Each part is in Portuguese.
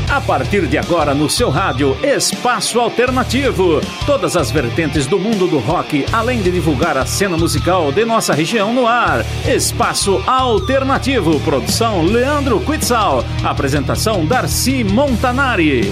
A partir de agora no seu rádio, Espaço Alternativo. Todas as vertentes do mundo do rock, além de divulgar a cena musical de nossa região no ar. Espaço Alternativo. Produção Leandro Quitzal. Apresentação Darcy Montanari.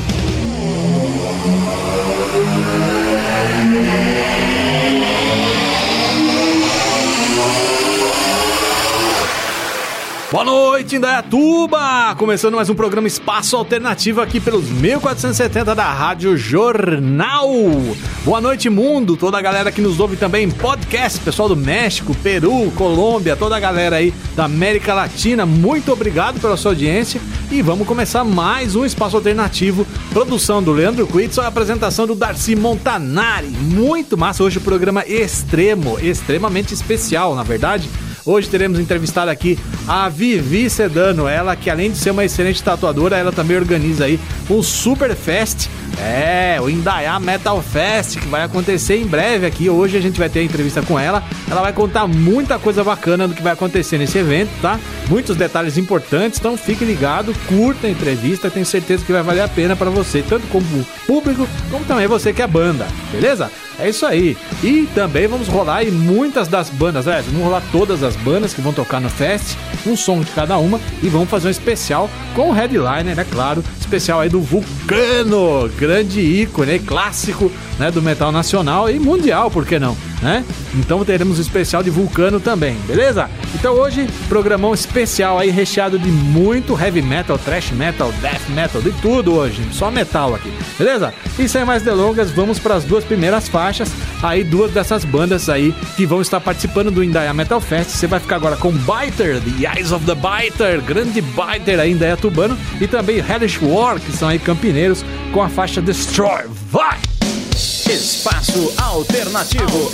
Boa noite, Indaiatuba! Começando mais um programa Espaço Alternativo aqui pelos 1470 da Rádio Jornal. Boa noite, mundo! Toda a galera que nos ouve também em podcast, pessoal do México, Peru, Colômbia, toda a galera aí da América Latina, muito obrigado pela sua audiência. E vamos começar mais um Espaço Alternativo, produção do Leandro Quitzal e apresentação do Darcy Montanari. Muito massa, hoje o programa extremamente especial, na verdade. Hoje teremos entrevistado aqui a Vivi Sedano, ela que além de ser uma excelente tatuadora, ela também organiza aí um Super Fest, o Indaiá Metal Fest, que vai acontecer em breve aqui. Hoje a gente vai ter a entrevista com ela, ela vai contar muita coisa bacana do que vai acontecer nesse evento, tá? Muitos detalhes importantes, então fique ligado, curta a entrevista, tenho certeza que vai valer a pena para você, tanto como público, como também você que é banda, beleza? É isso aí. E também vamos rolar aí muitas das bandas, vamos rolar todas as bandas que vão tocar no Fest, um som de cada uma, e vamos fazer um especial com o headliner, é claro, especial aí do Vulcano, grande ícone, clássico, né, do metal nacional e mundial, por que não, né? Então teremos um especial de Vulcano também, beleza? Então hoje, programão especial aí, recheado de muito heavy metal, thrash metal, death metal, de tudo hoje, só metal aqui, beleza? E sem mais delongas, vamos para as duas primeiras faixas, aí duas dessas bandas aí que vão estar participando do Indaiá Metal Fest. Você vai ficar agora com Biter, The Eyes of the Biter, grande Biter aí indaiatubano, e também Hellish War, que são aí campineiros, com a faixa Destroy. Vai! Espaço Alternativo.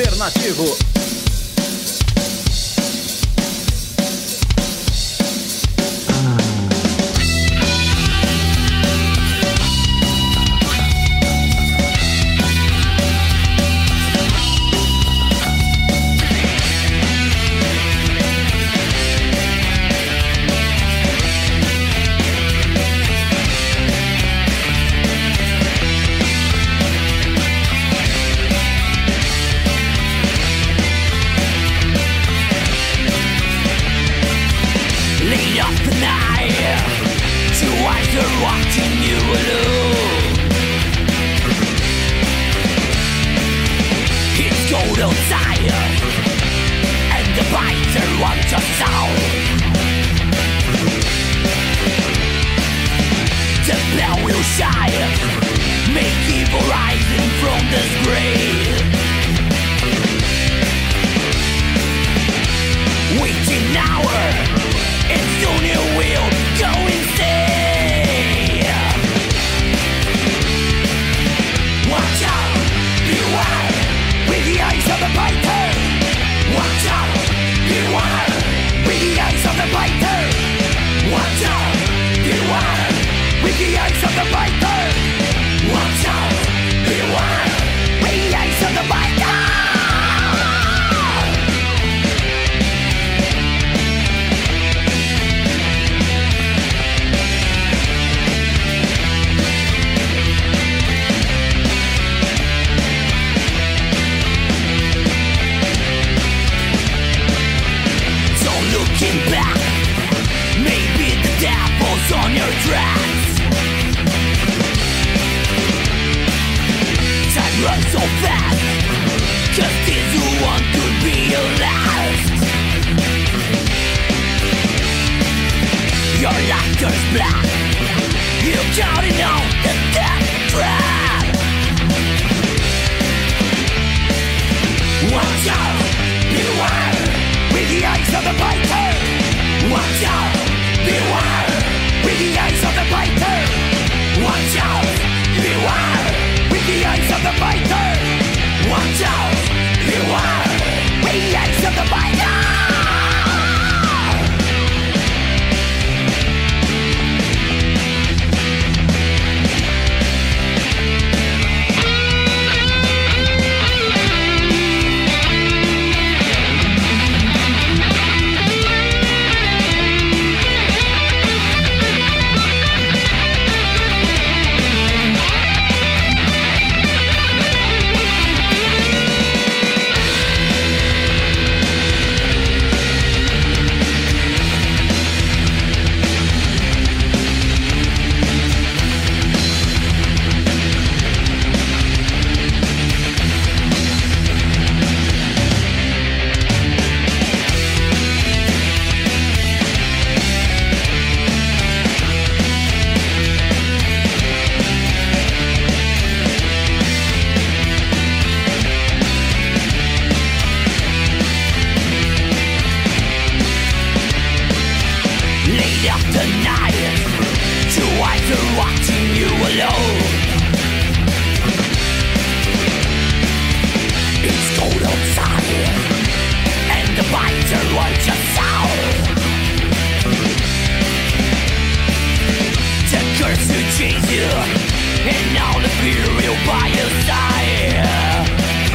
chase you, and all the fear will by your side.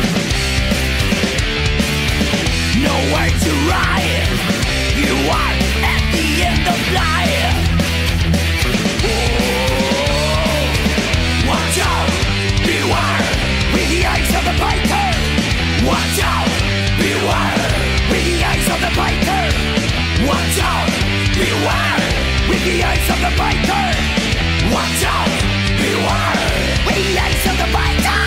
Nowhere to ride, you are at the end of life. Oh, watch out, beware, with the eyes of the fighter. Watch out, beware, with the eyes of the fighter. Watch out, beware, with the eyes of the fighter. Watch out, beware, with the eyes of the fighter.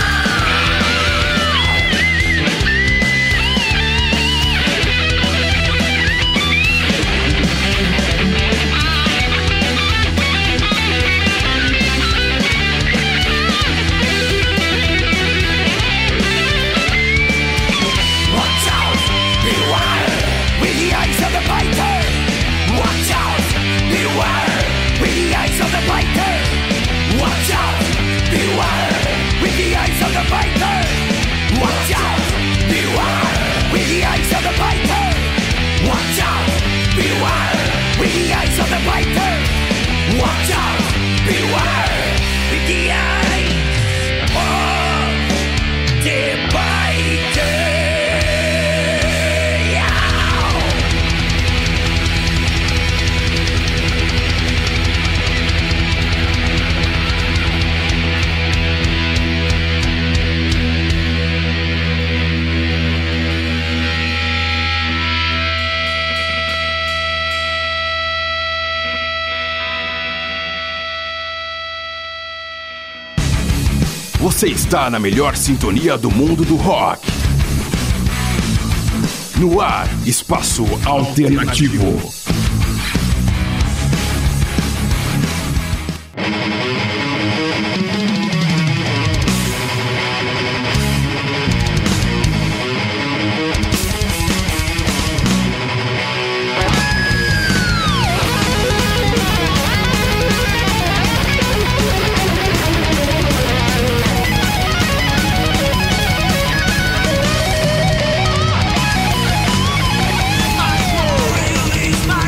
Você está na melhor sintonia do mundo do rock. No ar, Espaço Alternativo. Release my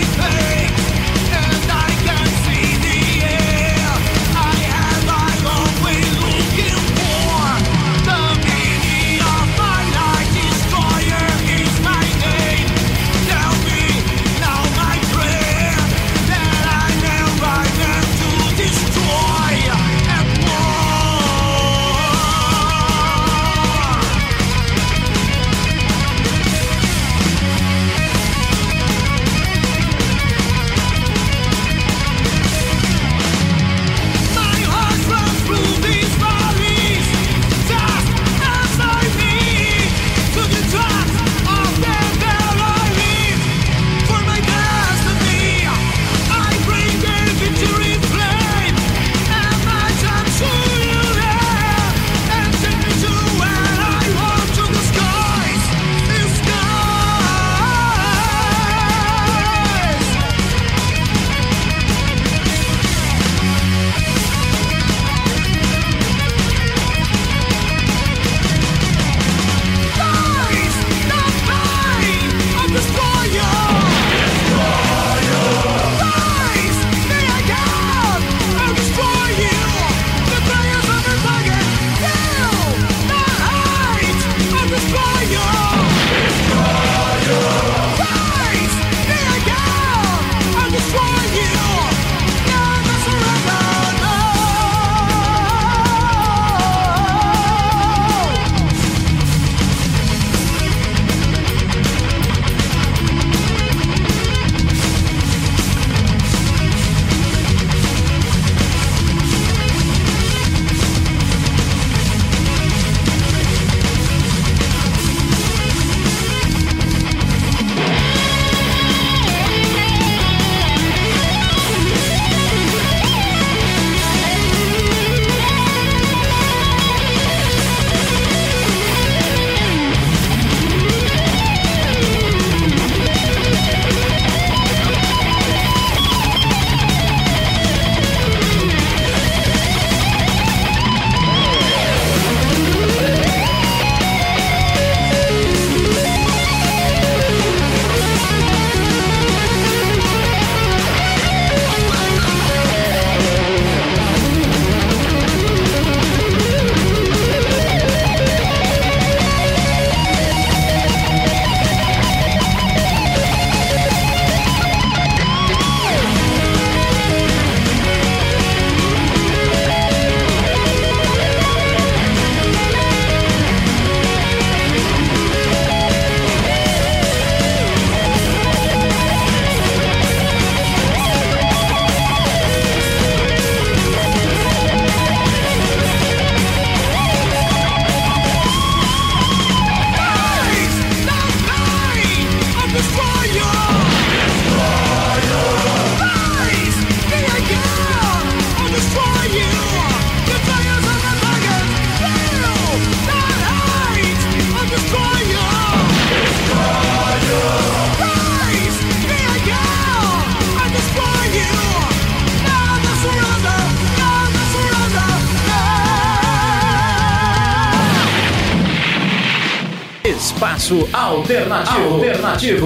Espaço Alternativo.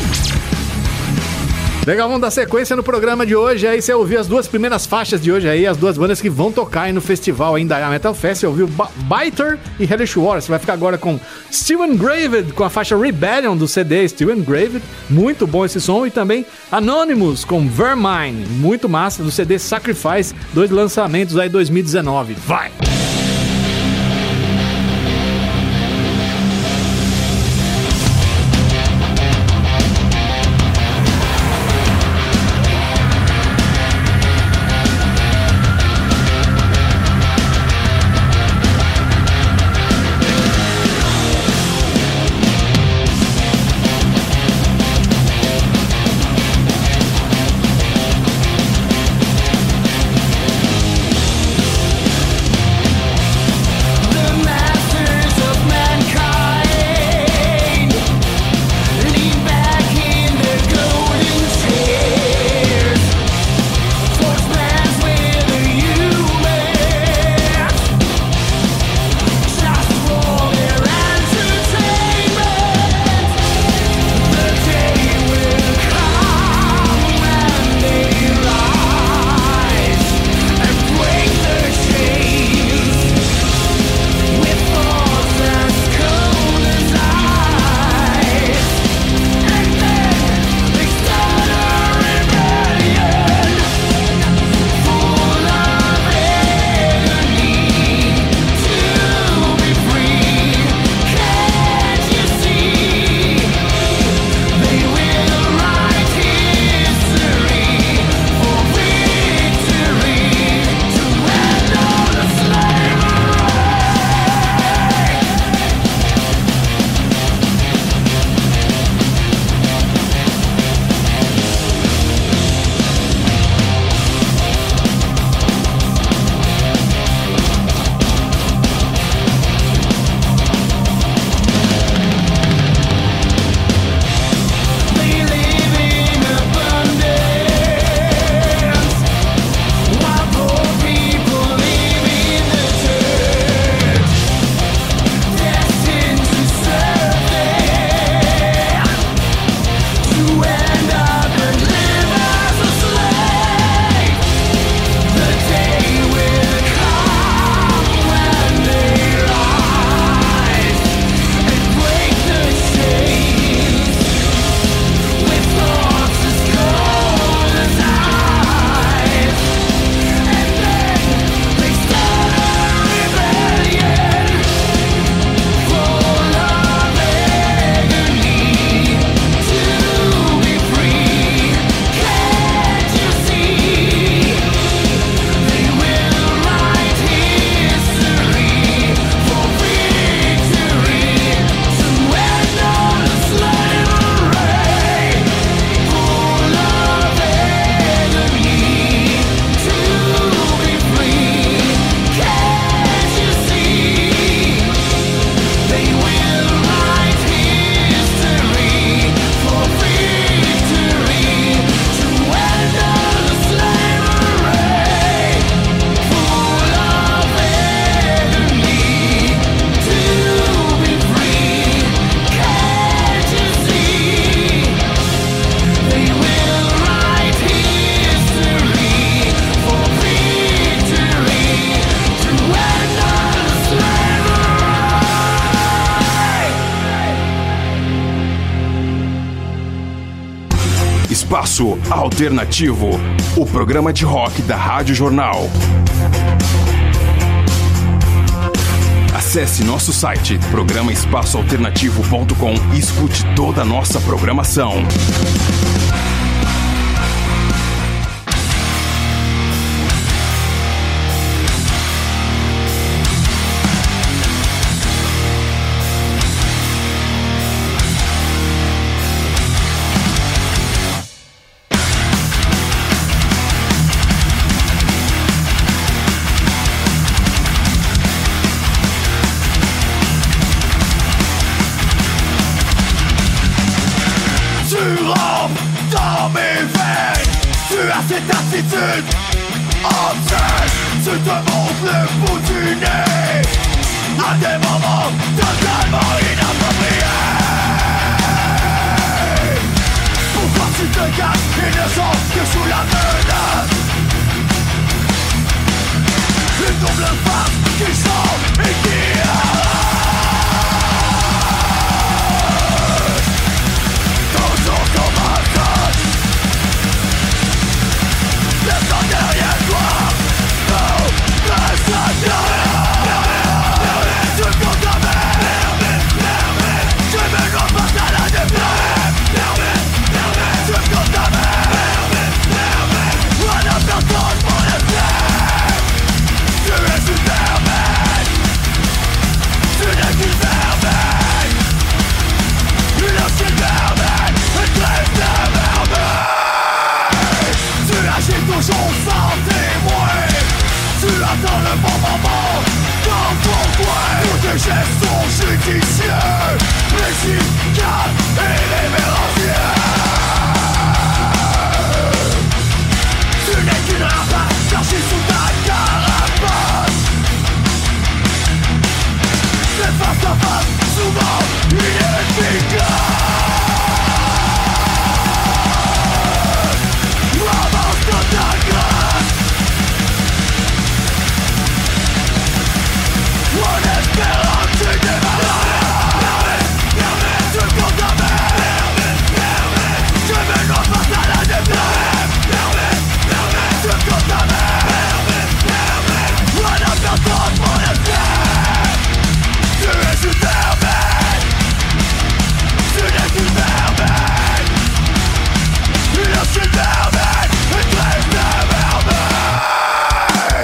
Legal, vamos dar sequência no programa de hoje. Aí você ouviu as duas primeiras faixas de hoje aí, as duas bandas que vão tocar aí no festival ainda a Metal Fest. Você ouviu Biter e Hellish War. Você vai ficar agora com Still Engraved, com a faixa Rebellion do CD Still Engraved. Muito bom esse som. E também Anonymous com Vermine. Muito massa, do CD Sacrifice. 2 lançamentos aí 2019. Vai! Espaço Alternativo, o programa de rock da Rádio Jornal. Acesse nosso site, programaespaçoalternativo.com e escute toda a nossa programação. Cette attitude obsède, tu te montres le bout du nez. à des moments totalement inappropriés. Pourquoi tu te casses, innocent que sous la menace? Une double face qui sent et qui arrache. Toujours comme un coach. Laisse-toi derrière toi. Non, laisse-toi derrière. Tu me comptes ta mère. Tu me vois face à la défaite. Tu me comptes ta mère. On a personne pour le faire. Tu es une merveille. Tu n'es qu'une merveille. Une ancienne merveille. Une trêve de merveille. Tu agis toujours sans témoin. Tu attends le bon moment dans ton coin. Tous tes gestes sont judicieux, précis, calmes et révérencieux. Tu n'es qu'une rapace cachée sous ta carapace. C'est face à face, souvent inefficace. Avance de ta grâce. En espérant que tu démarres. Tu me comptes ta mère. Tu me vois face à la défaite. Tu me comptes ta mère. On a personne pour le faire. Tu es une merveille. Tu n'es qu'une merveille. Une ancienne merveille. Une trêve de merveille.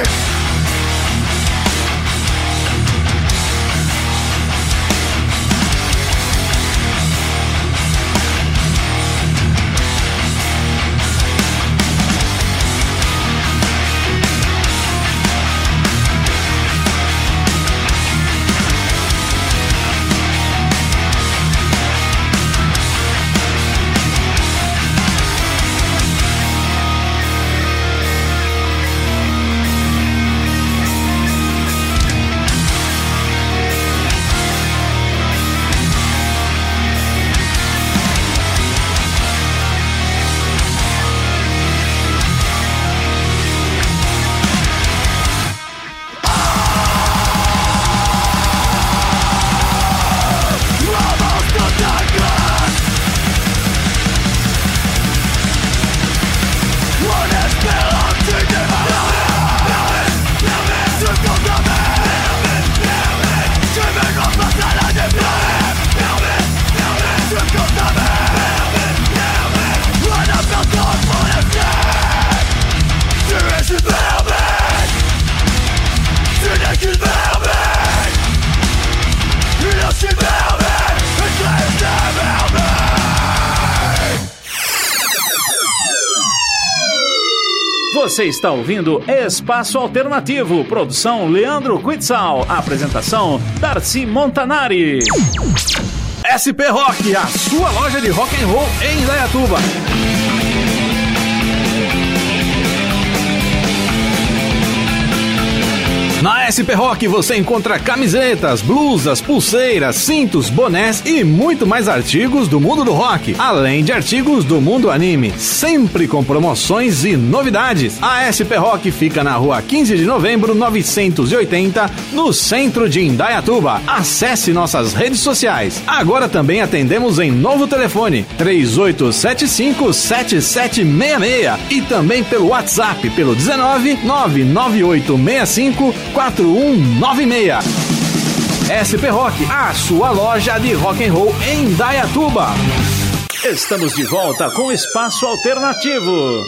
Você está ouvindo Espaço Alternativo, produção Leandro Quitzal, apresentação Darcy Montanari. SP Rock, a sua loja de rock and roll em Indaiatuba. Na SP Rock você encontra camisetas, blusas, pulseiras, cintos, bonés e muito mais artigos do mundo do rock, além de artigos do mundo anime, sempre com promoções e novidades. A SP Rock fica na rua 15 de novembro 980, no centro de Indaiatuba. Acesse nossas redes sociais. Agora também atendemos em novo telefone 3875-7766 e também pelo WhatsApp pelo 19 99865 4196. SP Rock, a sua loja de rock and roll em Indaiatuba. Estamos de volta com Espaço Alternativo.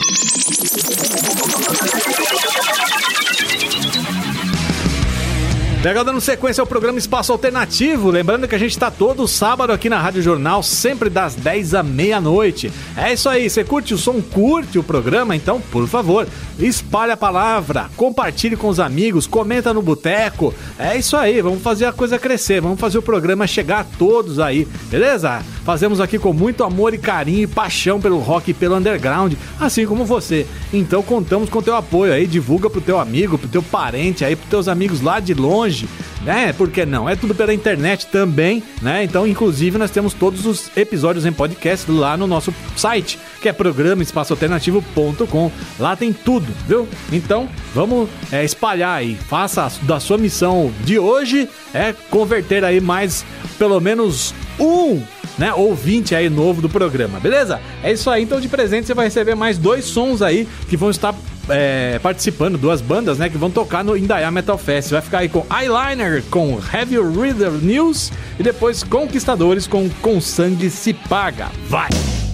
Legal, dando sequência ao programa Espaço Alternativo. Lembrando que a gente está todo sábado aqui na Rádio Jornal, sempre das 10 à meia-noite. É isso aí, você curte o som, curte o programa? Então, por favor, espalhe a palavra, compartilhe com os amigos, comenta no boteco. É isso aí, vamos fazer a coisa crescer, vamos fazer o programa chegar a todos aí, beleza? Fazemos aqui com muito amor e carinho e paixão pelo rock e pelo underground, assim como você. Então contamos com o teu apoio aí, divulga pro teu amigo, pro teu parente aí, pros teus amigos lá de longe. né? Por que não? É tudo pela internet também, né? Então, inclusive, nós temos todos os episódios em podcast lá no nosso site, que é programaespaçoalternativo.com. Lá tem tudo, viu? Então, vamos espalhar aí. Faça da sua missão de hoje converter aí mais, pelo menos né, ouvinte aí novo do programa, beleza? É isso aí, então de presente você vai receber mais 2 sons aí que vão estar participando, 2 bandas, né, que vão tocar no Indaiá Metal Fest. Vai ficar aí com Eyeliner, com Heavy Reader News e depois Conquistadores com Sangue Se Paga. Vai!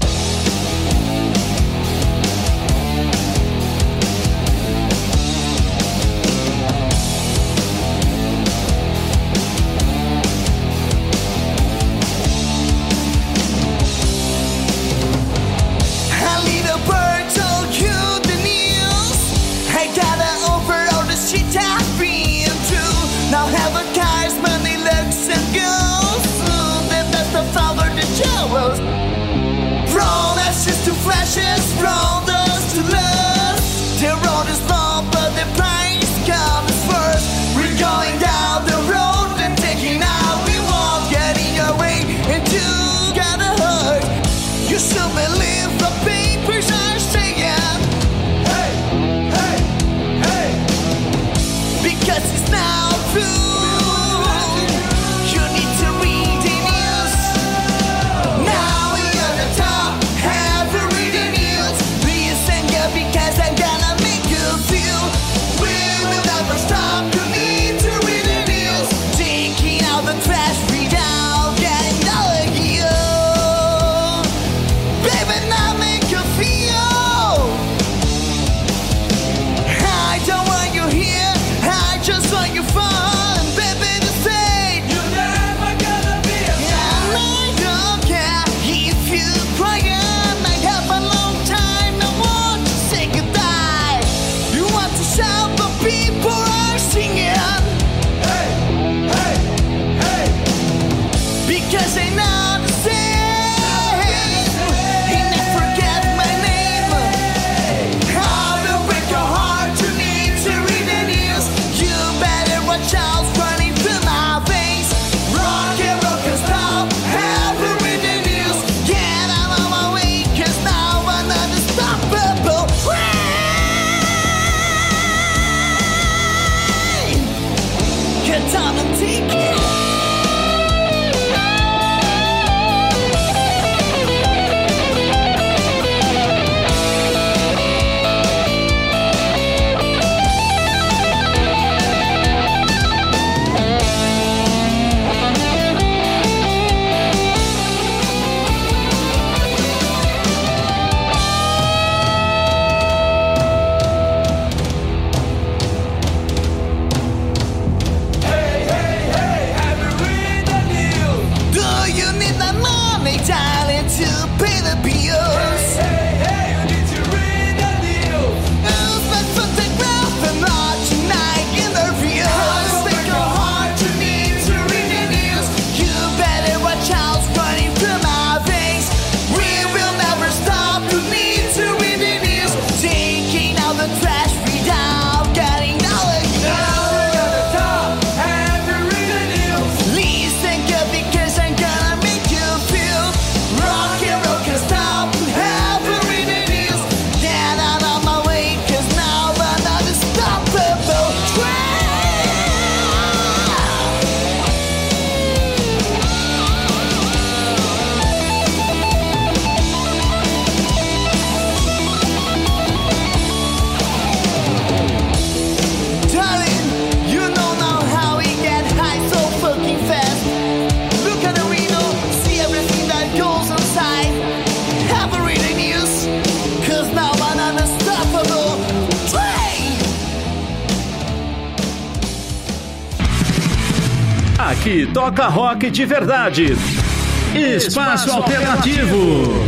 Flashes from dust to lust. The road is long, but the price comes first. We're going down the road and taking out. We won't get in your way, and you gotta hurt. You should believe the papers are saying, hey, hey, hey, because it's now true. Aqui toca rock de verdade. Espaço Alternativo.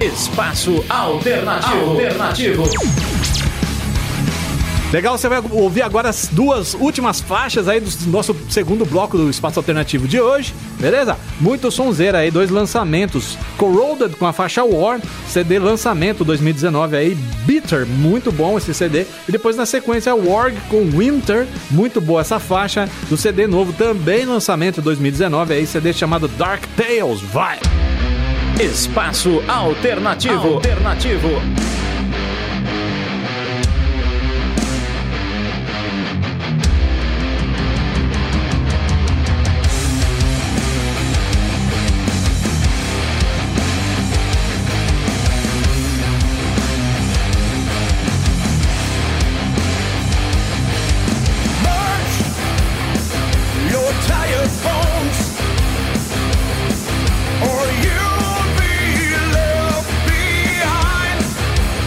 Espaço Alternativo. Legal, você vai ouvir agora as duas últimas faixas aí do nosso segundo bloco do Espaço Alternativo de hoje, beleza? Muito sonzeira aí, 2 lançamentos. Corroded com a faixa War, CD lançamento 2019 aí, Bitter, muito bom esse CD. E depois na sequência Warg com Winter, muito boa essa faixa do CD novo, também lançamento 2019 aí, CD chamado Dark Tales, vai! Espaço Alternativo. Or you'll be left behind.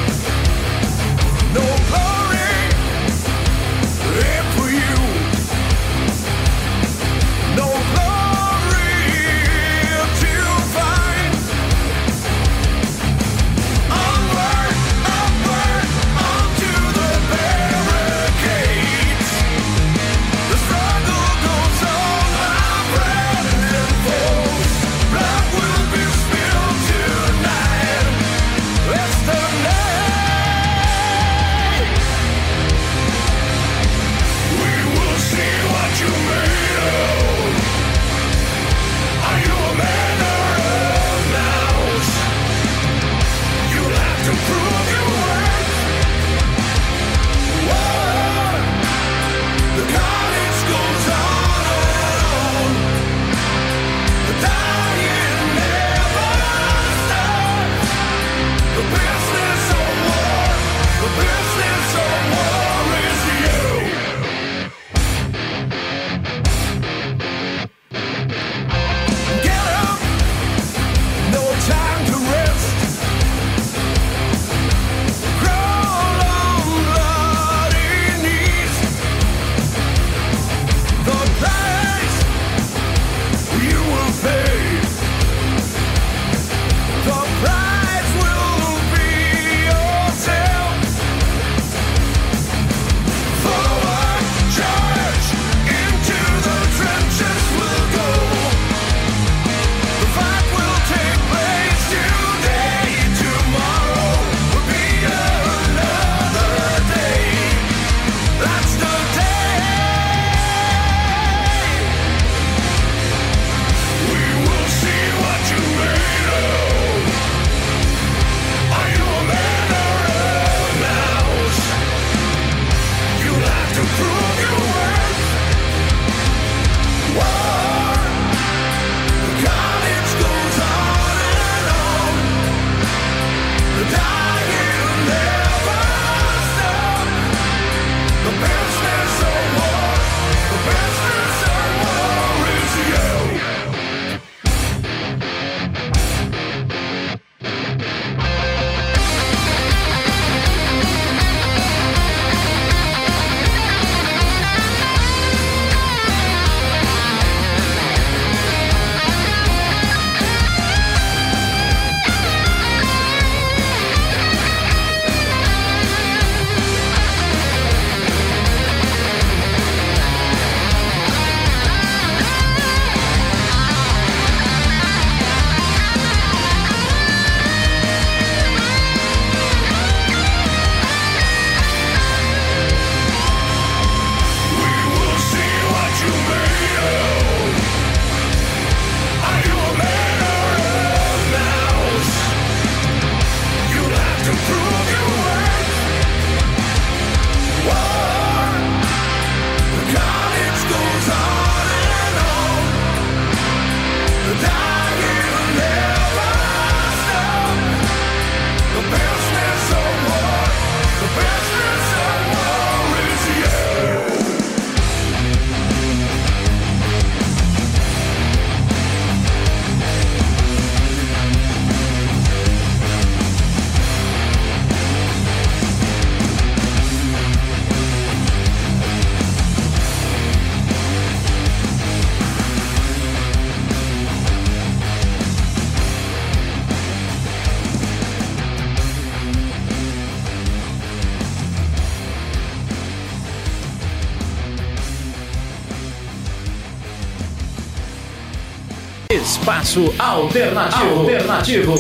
Espaço Alternativo.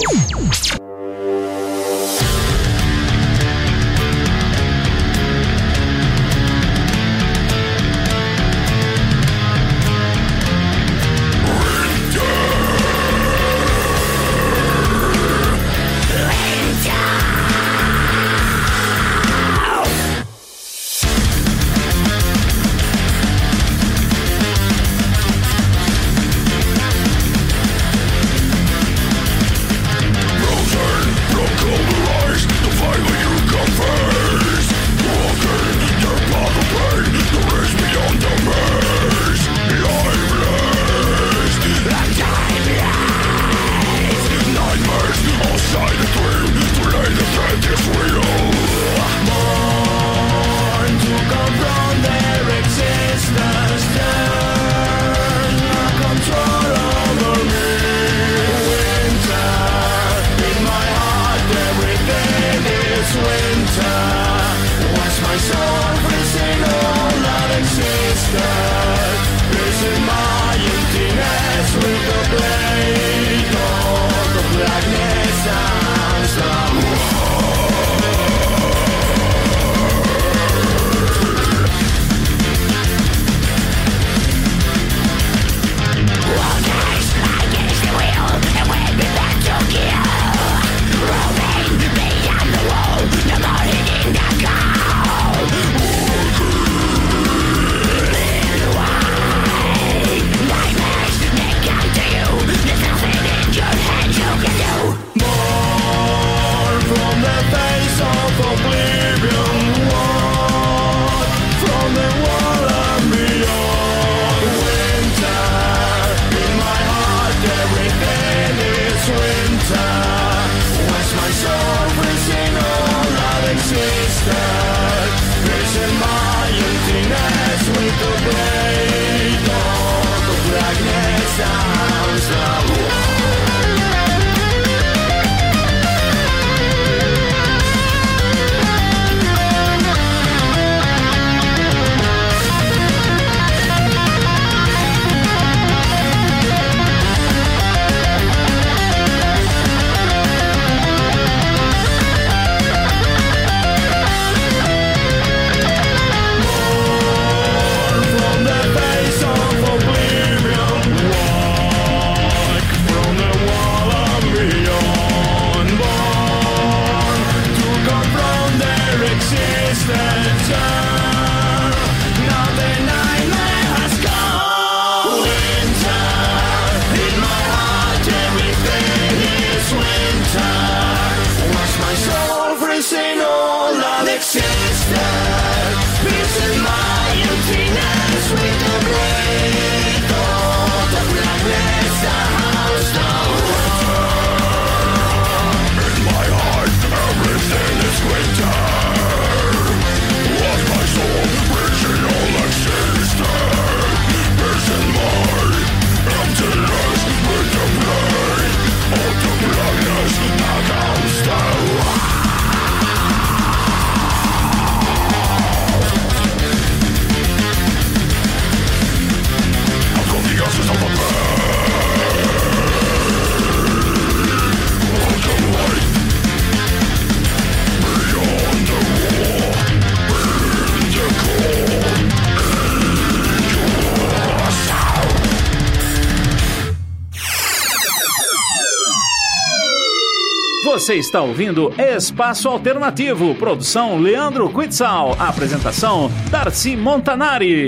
Você está ouvindo Espaço Alternativo, produção Leandro Quitzal, apresentação Darcy Montanari.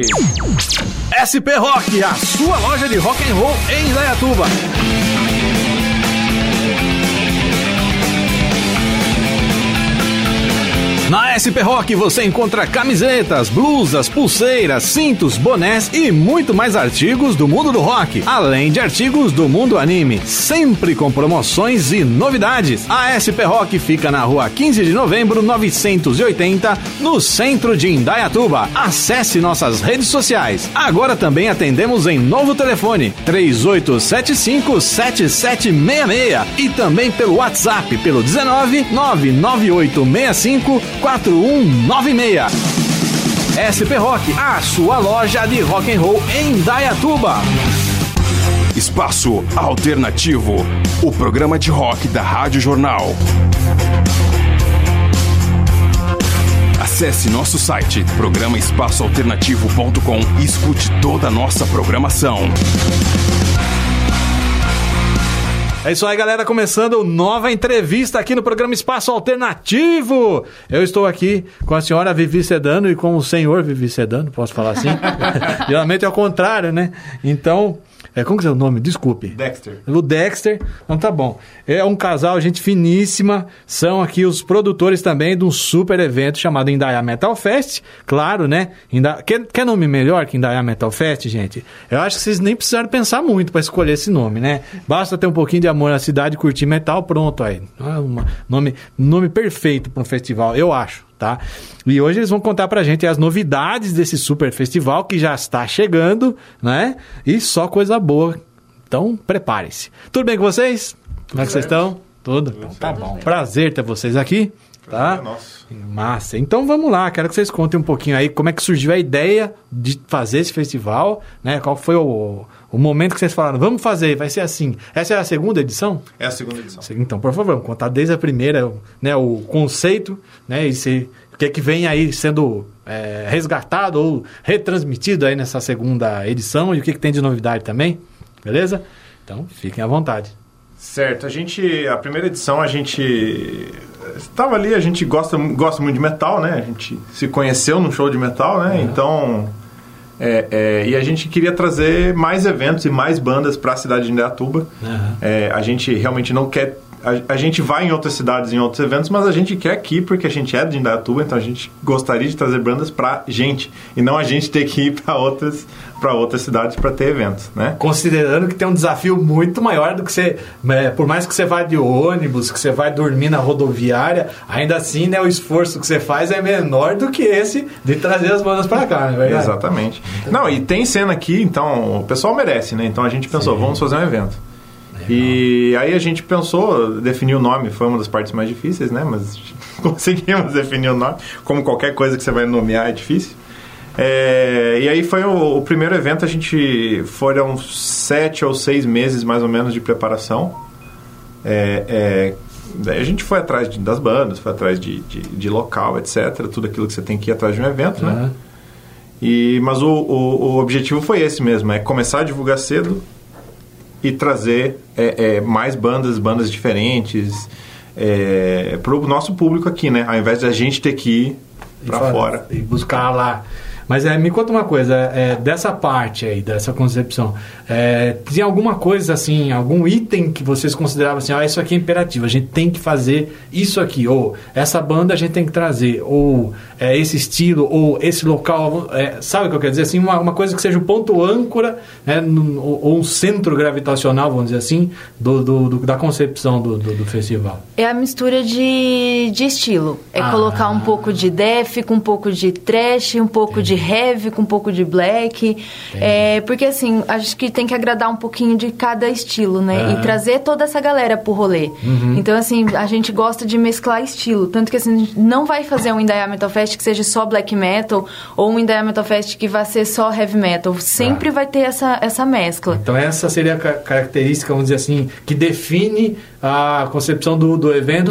SP Rock, a sua loja de rock and roll em Indaiatuba. Na SP Rock você encontra camisetas, blusas, pulseiras, cintos, bonés e muito mais artigos do mundo do rock, além de artigos do mundo anime, sempre com promoções e novidades. A SP Rock fica na rua 15 de novembro 980, no centro de Indaiatuba. Acesse nossas redes sociais. Agora também atendemos em novo telefone 3875-7766 e também pelo WhatsApp pelo 19 99865 4196. SP Rock, a sua loja de rock and roll em Indaiatuba. Espaço Alternativo, o programa de rock da Rádio Jornal. Acesse nosso site, programaespaçoalternativo.com e escute toda a nossa programação. É isso aí, galera, começando nova entrevista aqui no programa Espaço Alternativo. Eu estou aqui com a senhora Vivi Sedano e com o senhor Vivi Sedano, posso falar assim? Geralmente é o contrário, né? Então, como que é o nome? Desculpe. Dexter. O Dexter. Então tá bom. É um casal, gente finíssima. São aqui os produtores também de um super evento chamado Indaiá Metal Fest. Claro, né? Quer nome melhor que Indaiá Metal Fest, gente? Eu acho que vocês nem precisaram pensar muito para escolher esse nome, né? Basta ter um pouquinho de amor na cidade, curtir metal, pronto aí. Nome perfeito para um festival, eu acho. Tá? E hoje eles vão contar pra gente as novidades desse super festival que já está chegando, né? E só coisa boa. Então, preparem-se. Tudo bem com vocês? Como é que vocês estão? Tudo? Então, tá bom. Prazer ter vocês aqui. Tá? Nossa. Massa. Então vamos lá, quero que vocês contem um pouquinho aí como é que surgiu a ideia de fazer esse festival, né? Qual foi o momento que vocês falaram, vamos fazer, vai ser assim. Essa é a segunda edição? É a segunda edição. Então, por favor, vamos contar desde a primeira, né, o conceito, né, e o que é que vem aí sendo resgatado ou retransmitido aí nessa segunda edição e o que tem de novidade também, beleza? Então, fiquem à vontade. Certo, a primeira edição a gente estava ali, a gente gosta muito de metal, né? A gente se conheceu num show de metal, né? Uhum. Então, e a gente queria trazer mais eventos e mais bandas para a cidade de Indaiatuba. Uhum. A gente realmente não quer... A gente vai em outras cidades, em outros eventos, mas a gente quer aqui porque a gente é de Indaiatuba, então a gente gostaria de trazer bandas pra gente, e não a gente ter que ir para outras cidades para ter eventos, né? Considerando que tem um desafio muito maior do que você... por mais que você vá de ônibus, que você vai dormir na rodoviária, ainda assim, né, o esforço que você faz é menor do que esse de trazer as bandas para cá, não é verdade? Exatamente. Não, e tem cena aqui, então o pessoal merece, né? Então a gente pensou, vamos fazer um evento. E aí a gente pensou, definir o nome, foi uma das partes mais difíceis, né? Mas conseguimos definir o nome. Como qualquer coisa que você vai nomear é difícil. E aí foi o primeiro evento, foram 7 ou 6 meses mais ou menos de preparação. Daí a gente foi atrás das bandas, foi atrás de local, etc. Tudo aquilo que você tem que ir atrás de um evento, né? Mas o objetivo foi esse mesmo, começar a divulgar cedo e trazer mais bandas diferentes para o nosso público aqui, né? Ao invés de a gente ter que ir para fora. E buscar lá. Mas me conta uma coisa, dessa parte aí, dessa concepção, tinha alguma coisa assim, algum item que vocês consideravam assim, isso aqui é imperativo, a gente tem que fazer isso aqui, ou essa banda a gente tem que trazer, ou esse estilo, ou esse local, sabe o que eu quero dizer? Assim, uma coisa que seja um ponto âncora, né, ou um centro gravitacional, vamos dizer assim, da concepção do festival. É a mistura de estilo, colocar um pouco de death com um pouco de thrash, um pouco de heavy com um pouco de black, porque assim, acho que tem que agradar um pouquinho de cada estilo, né? E trazer toda essa galera pro rolê. Então assim, a gente gosta de mesclar estilo, tanto que assim, a gente não vai fazer um Indaiá Metal Fest que seja só black metal, ou um Indaiá Metal Fest que vai ser só heavy metal, sempre vai ter essa mescla. Então essa seria a característica, vamos dizer assim, que define a concepção do evento,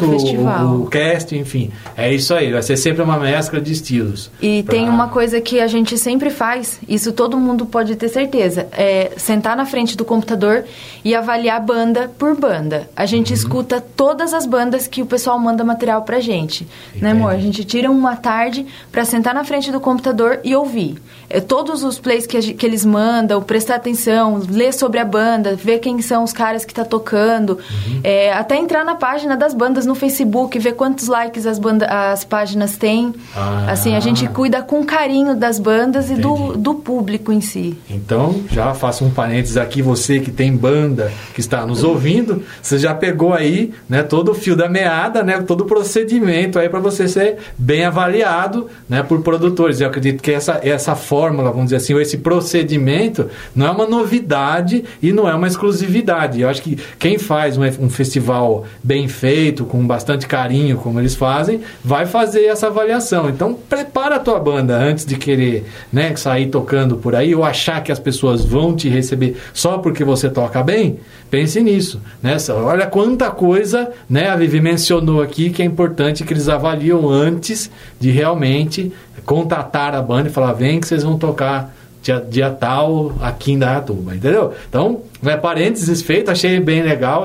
o cast, enfim. É isso aí, vai ser sempre uma mescla de estilos. E tem uma coisa que a gente sempre faz, isso todo mundo pode ter certeza, sentar na frente do computador e avaliar banda por banda. A gente escuta todas as bandas que o pessoal manda material pra gente. Né, amor? A gente tira uma tarde pra sentar na frente do computador e ouvir. Todos os plays que eles mandam, prestar atenção, ler sobre a banda, ver quem são os caras que tá tocando, até entrar na página das bandas no Facebook, ver quantos likes as páginas têm. Assim, a gente cuida com carinho das bandas e do público em si. Então, já faço um parênteses aqui, você que tem banda, que está nos ouvindo, você já pegou aí, né, todo o fio da meada, né, todo o procedimento aí para você ser bem avaliado, né, por produtores. Eu acredito que essa fórmula, vamos dizer assim, ou esse procedimento não é uma novidade e não é uma exclusividade. Eu acho que quem faz um festival bem feito, com bastante carinho, como eles fazem, vai fazer essa avaliação. Então, prepara a tua banda antes de que querer, né, sair tocando por aí, ou achar que as pessoas vão te receber só porque você toca bem, pense nisso, né? Olha quanta coisa, né, a Vivi mencionou aqui que é importante que eles avaliam antes de realmente contatar a banda e falar, vem que vocês vão tocar dia tal aqui em Indaiatuba, entendeu? Então, parênteses feito, achei bem legal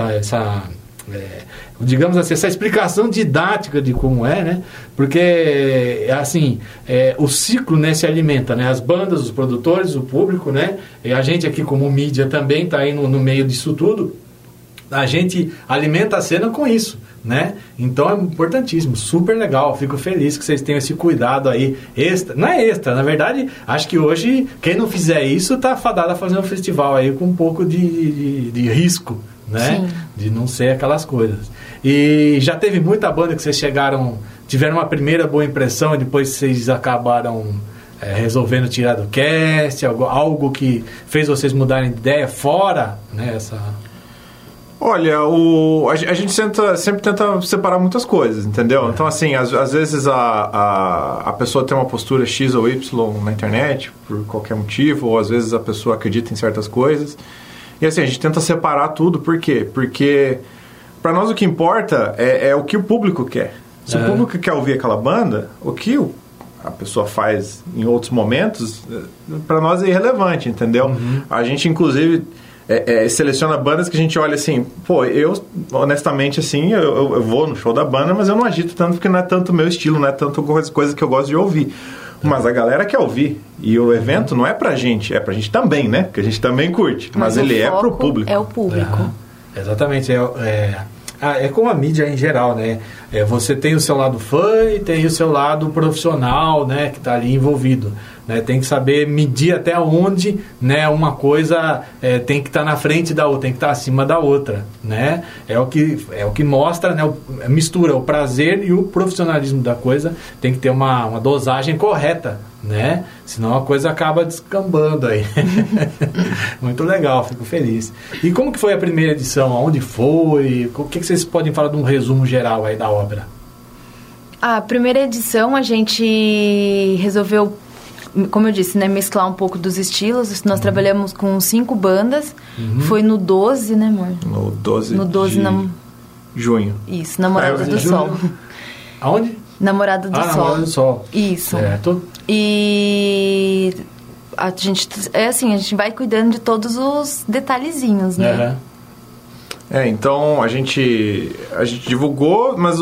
digamos assim, essa explicação didática de como é, né? Porque, assim, o ciclo, né, se alimenta, né? As bandas, os produtores, o público, né? E a gente aqui como mídia também está aí no meio disso tudo. A gente alimenta a cena com isso, né? Então é importantíssimo, super legal. Fico feliz que vocês tenham esse cuidado aí extra. Não é extra, na verdade, acho que hoje quem não fizer isso tá fadado a fazer um festival aí com um pouco de risco, né? Sim. De não ser aquelas coisas. E já teve muita banda que vocês tiveram uma primeira boa impressão e depois vocês acabaram resolvendo tirar do cast, algo que fez vocês mudarem de ideia fora, né? Olha, a gente sempre tenta separar muitas coisas, entendeu? Então, assim, às vezes a pessoa tem uma postura X ou Y na internet, por qualquer motivo, ou às vezes a pessoa acredita em certas coisas. E assim, a gente tenta separar tudo, por quê? Porque para nós o que importa é o que o público quer. Se o público quer ouvir aquela banda, o que a pessoa faz em outros momentos, para nós é irrelevante, entendeu? Uhum. A gente, inclusive... seleciona bandas que a gente olha assim, pô, eu honestamente assim, eu vou no show da banda, mas eu não agito tanto porque não é tanto o meu estilo, não é tanto coisa que eu gosto de ouvir. Mas a galera quer ouvir. E o evento não é pra gente, é pra gente também, né? Porque a gente também curte. Mas ele é pro público. É o público. Exatamente. É como a mídia em geral, né? Você tem o seu lado fã e tem o seu lado profissional, né? Que tá ali envolvido. Né? Tem que saber medir até onde, né, uma coisa tem que estar na frente da outra, tem que estar acima da outra, né? É o que mostra, né, mistura o prazer e o profissionalismo da coisa, tem que ter uma dosagem correta, né? Senão a coisa acaba descambando aí. Muito legal, fico feliz. E como que foi a primeira edição? Aonde foi? O que vocês podem falar de um resumo geral aí da obra? A primeira edição a gente resolveu, como eu disse, né, mesclar um pouco dos estilos. Nós trabalhamos com 5 bandas. Foi no 12, né, amor? No 12 de junho. Isso, Namorada do Sol. Aonde? Namorada do Sol. Namorada do Sol. Isso. Certo. E a gente, a gente vai cuidando de todos os detalhezinhos, né? Então a gente divulgou, mas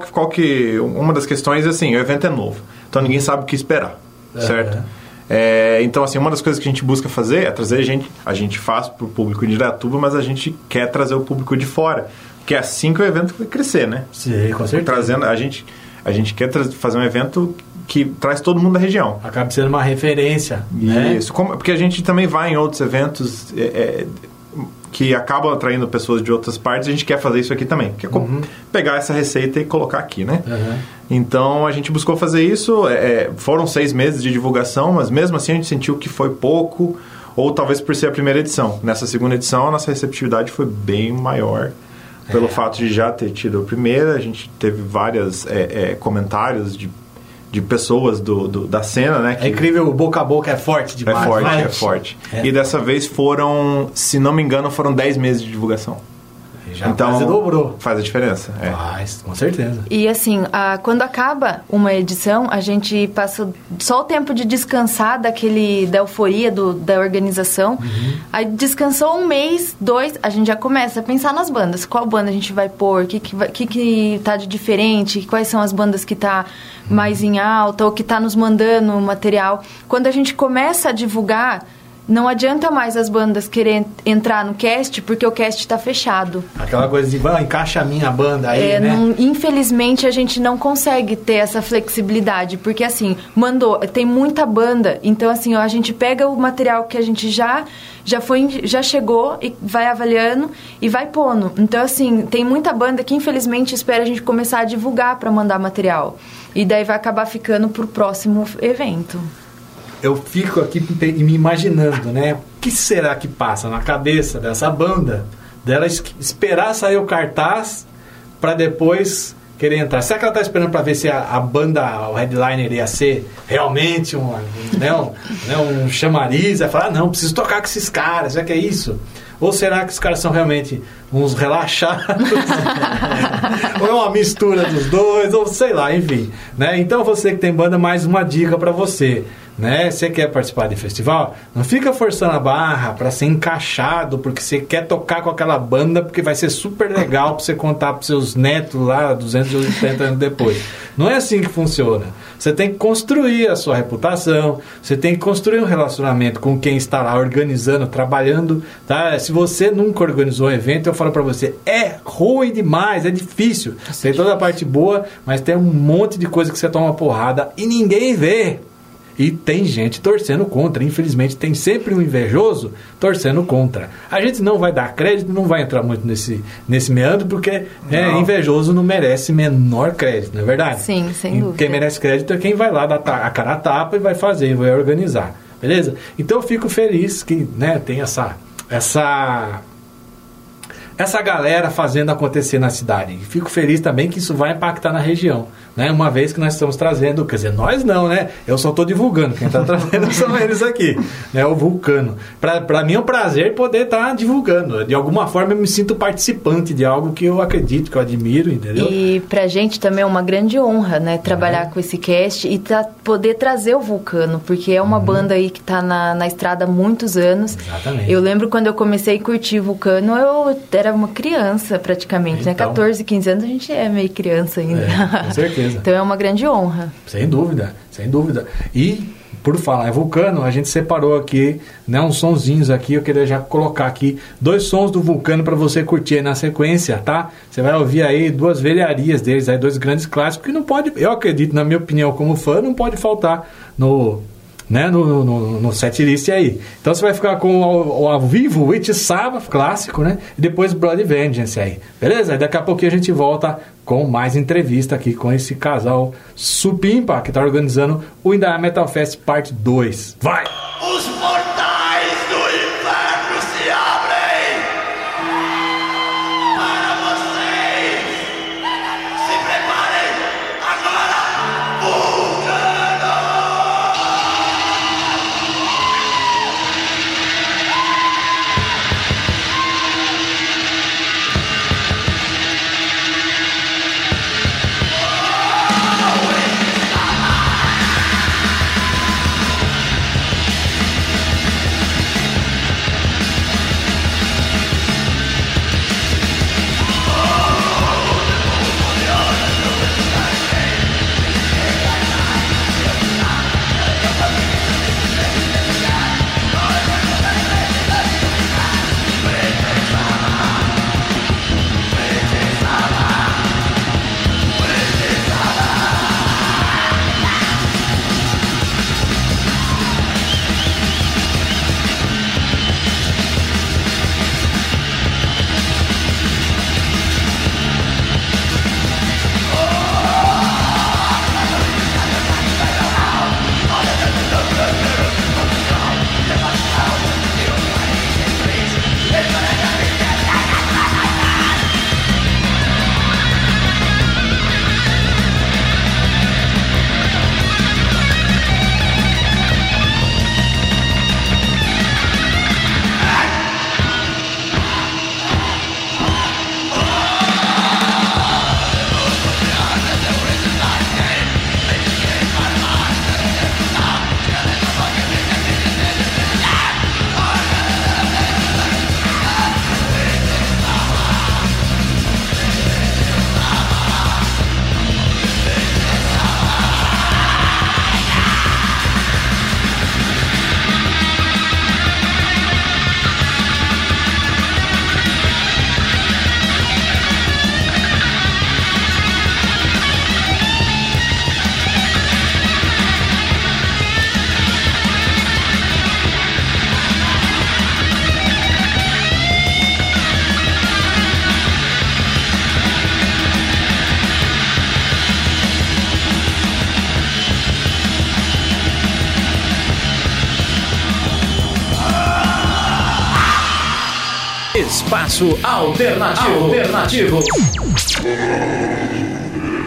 uma das questões é assim, o evento é novo. Então ninguém sabe o que esperar. Certo? Então, assim, uma das coisas que a gente busca fazer é trazer a gente faz para o público de Indaiatuba, mas a gente quer trazer o público de fora, porque é assim que o evento vai crescer, né? Sim, com certeza. A gente quer fazer um evento que traz todo mundo da região. Acaba sendo uma referência. Isso, né? Porque a gente também vai em outros eventos que acabam atraindo pessoas de outras partes, a gente quer fazer isso aqui também. Que é pegar essa receita e colocar aqui, né? Então, a gente buscou fazer isso. Foram 6 meses de divulgação, mas mesmo assim a gente sentiu que foi pouco, ou talvez por ser a primeira edição. Nessa segunda edição, a nossa receptividade foi bem maior. Pelo fato de já ter tido a primeira, a gente teve vários comentários de pessoas da cena, né? É incrível, o boca a boca é forte demais. É forte. E dessa vez foram, se não me engano, 10 meses de divulgação. Então, quase dobrou. Faz a diferença. Faz, com certeza. E assim, quando acaba uma edição, a gente passa só o tempo de descansar da euforia da organização. Aí descansou 1 mês, 2, a gente já começa a pensar nas bandas. Qual banda a gente vai pôr? O que tá de diferente? Quais são as bandas que tá mais em alta? Ou que tá nos mandando material? Quando a gente começa a divulgar, não adianta mais as bandas querem entrar no cast, porque o cast está fechado. Aquela coisa de, encaixa a minha banda aí, né? Infelizmente, a gente não consegue ter essa flexibilidade, porque assim, tem muita banda, então assim, a gente pega o material que a gente já chegou e vai avaliando e vai pondo. Então assim, tem muita banda que infelizmente espera a gente começar a divulgar para mandar material. E daí vai acabar ficando pro próximo evento. Eu fico aqui me imaginando, né? O que será que passa na cabeça dessa banda, dela esperar sair o cartaz para depois querer entrar. Será que ela tá esperando para ver se a banda, o headliner ia ser realmente um chamariz? Vai falar, não, preciso tocar com esses caras, já que é isso? Ou será que os caras são realmente uns relaxados? Ou é uma mistura dos dois? Ou sei lá, enfim. Né? Então você que tem banda, mais uma dica para você. Né? Você quer participar de festival? Não fica forçando a barra para ser encaixado, porque você quer tocar com aquela banda, porque vai ser super legal para você contar para seus netos lá 280 anos depois. Não é assim que funciona. Você tem que construir a sua reputação, você tem que construir um relacionamento com quem está lá organizando, trabalhando, tá? Se você nunca organizou um evento, eu falo para você, é ruim demais, é difícil. Tem toda a parte boa, mas tem um monte de coisa que você toma porrada e ninguém vê. E tem gente torcendo contra. Infelizmente, tem sempre um invejoso torcendo contra. A gente não vai dar crédito, não vai entrar muito nesse meandro, porque invejoso não merece menor crédito, não é verdade? Sim, sem dúvida. Quem merece crédito é quem vai lá dar a cara a tapa e vai fazer, vai organizar. Beleza? Então, eu fico feliz que, né, tem essa galera fazendo acontecer na cidade. E fico feliz também que isso vai impactar na região, né? Uma vez que nós estamos trazendo, quer dizer, nós não, né? Eu só estou divulgando, quem está trazendo são eles aqui, né? O Vulcano. Para mim é um prazer poder estar divulgando. De alguma forma eu me sinto participante de algo que eu acredito, que eu admiro, entendeu? E pra gente também é uma grande honra, né? Trabalhar com esse cast e poder trazer o Vulcano, porque é uma banda aí que está na estrada há muitos anos. Exatamente. Eu lembro quando eu comecei a curtir Vulcano, eu era uma criança praticamente, então, né? 14, 15 anos a gente é meio criança ainda. Com certeza. Então é uma grande honra. Sem dúvida, sem dúvida. E, por falar em Vulcano, a gente separou aqui, né, uns sonzinhos aqui, eu queria já colocar aqui 2 sons do Vulcano para você curtir aí na sequência, tá? Você vai ouvir aí 2 velharias deles, aí 2 grandes clássicos que não pode, eu acredito, na minha opinião, como fã, não pode faltar no setlist aí. Então você vai ficar com o ao vivo, Witch Sabbath, clássico, né? E depois Blood Vengeance aí. Beleza? E daqui a pouquinho a gente volta com mais entrevista aqui com esse casal supimpa que tá organizando o Indaiá Metal Fest Parte 2. Vai! Os portais do inferno se abrem para vocês. Se preparem agora, Vulcano! Espaço Alternativo.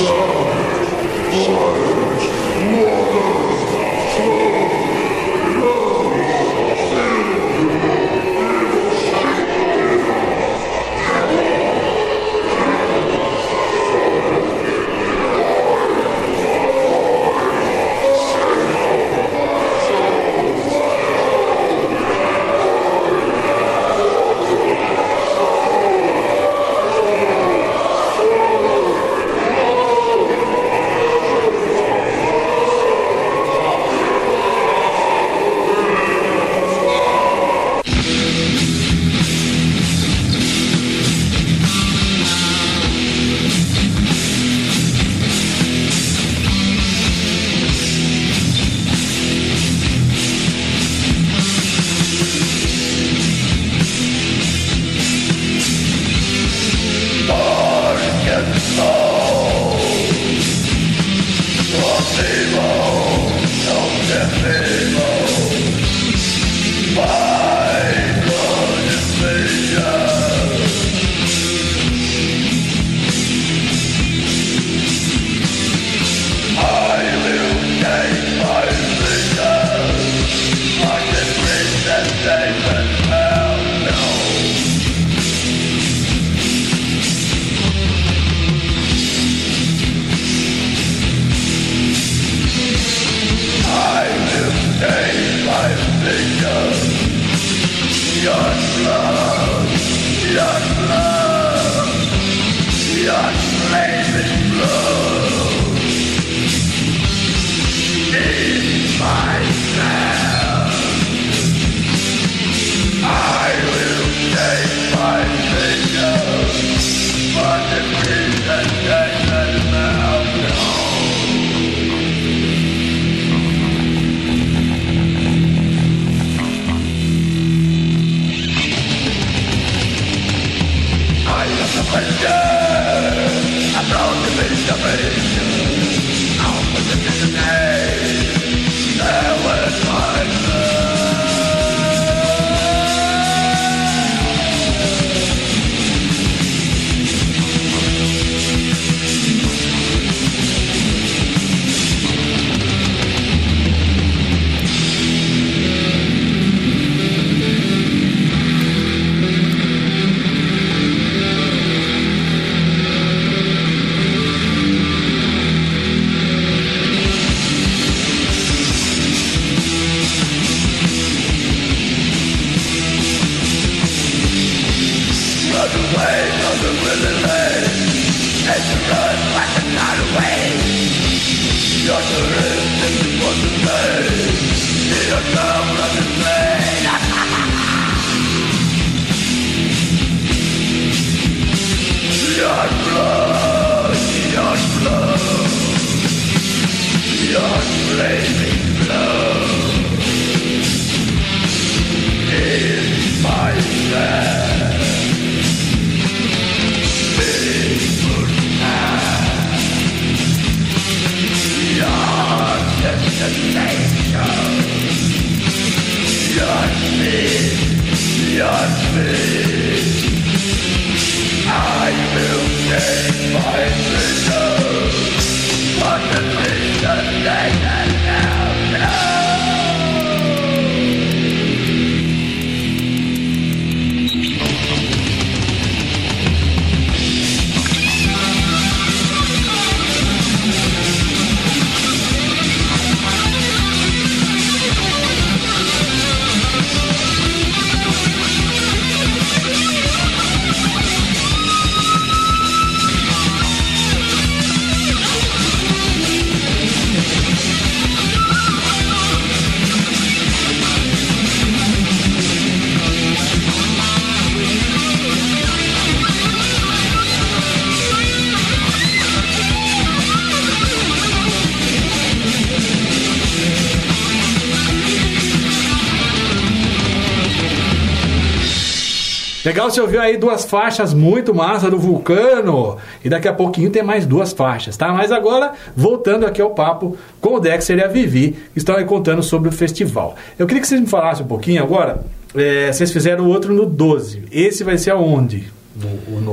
Legal, você ouviu aí 2 faixas muito massa do Vulcano. E daqui a pouquinho tem mais 2 faixas, tá? Mas agora, voltando aqui ao papo com o Dexter e a Vivi, que estão aí contando sobre o festival. Eu queria que vocês me falassem um pouquinho agora. Vocês fizeram o outro no 12. Esse vai ser aonde? O novo?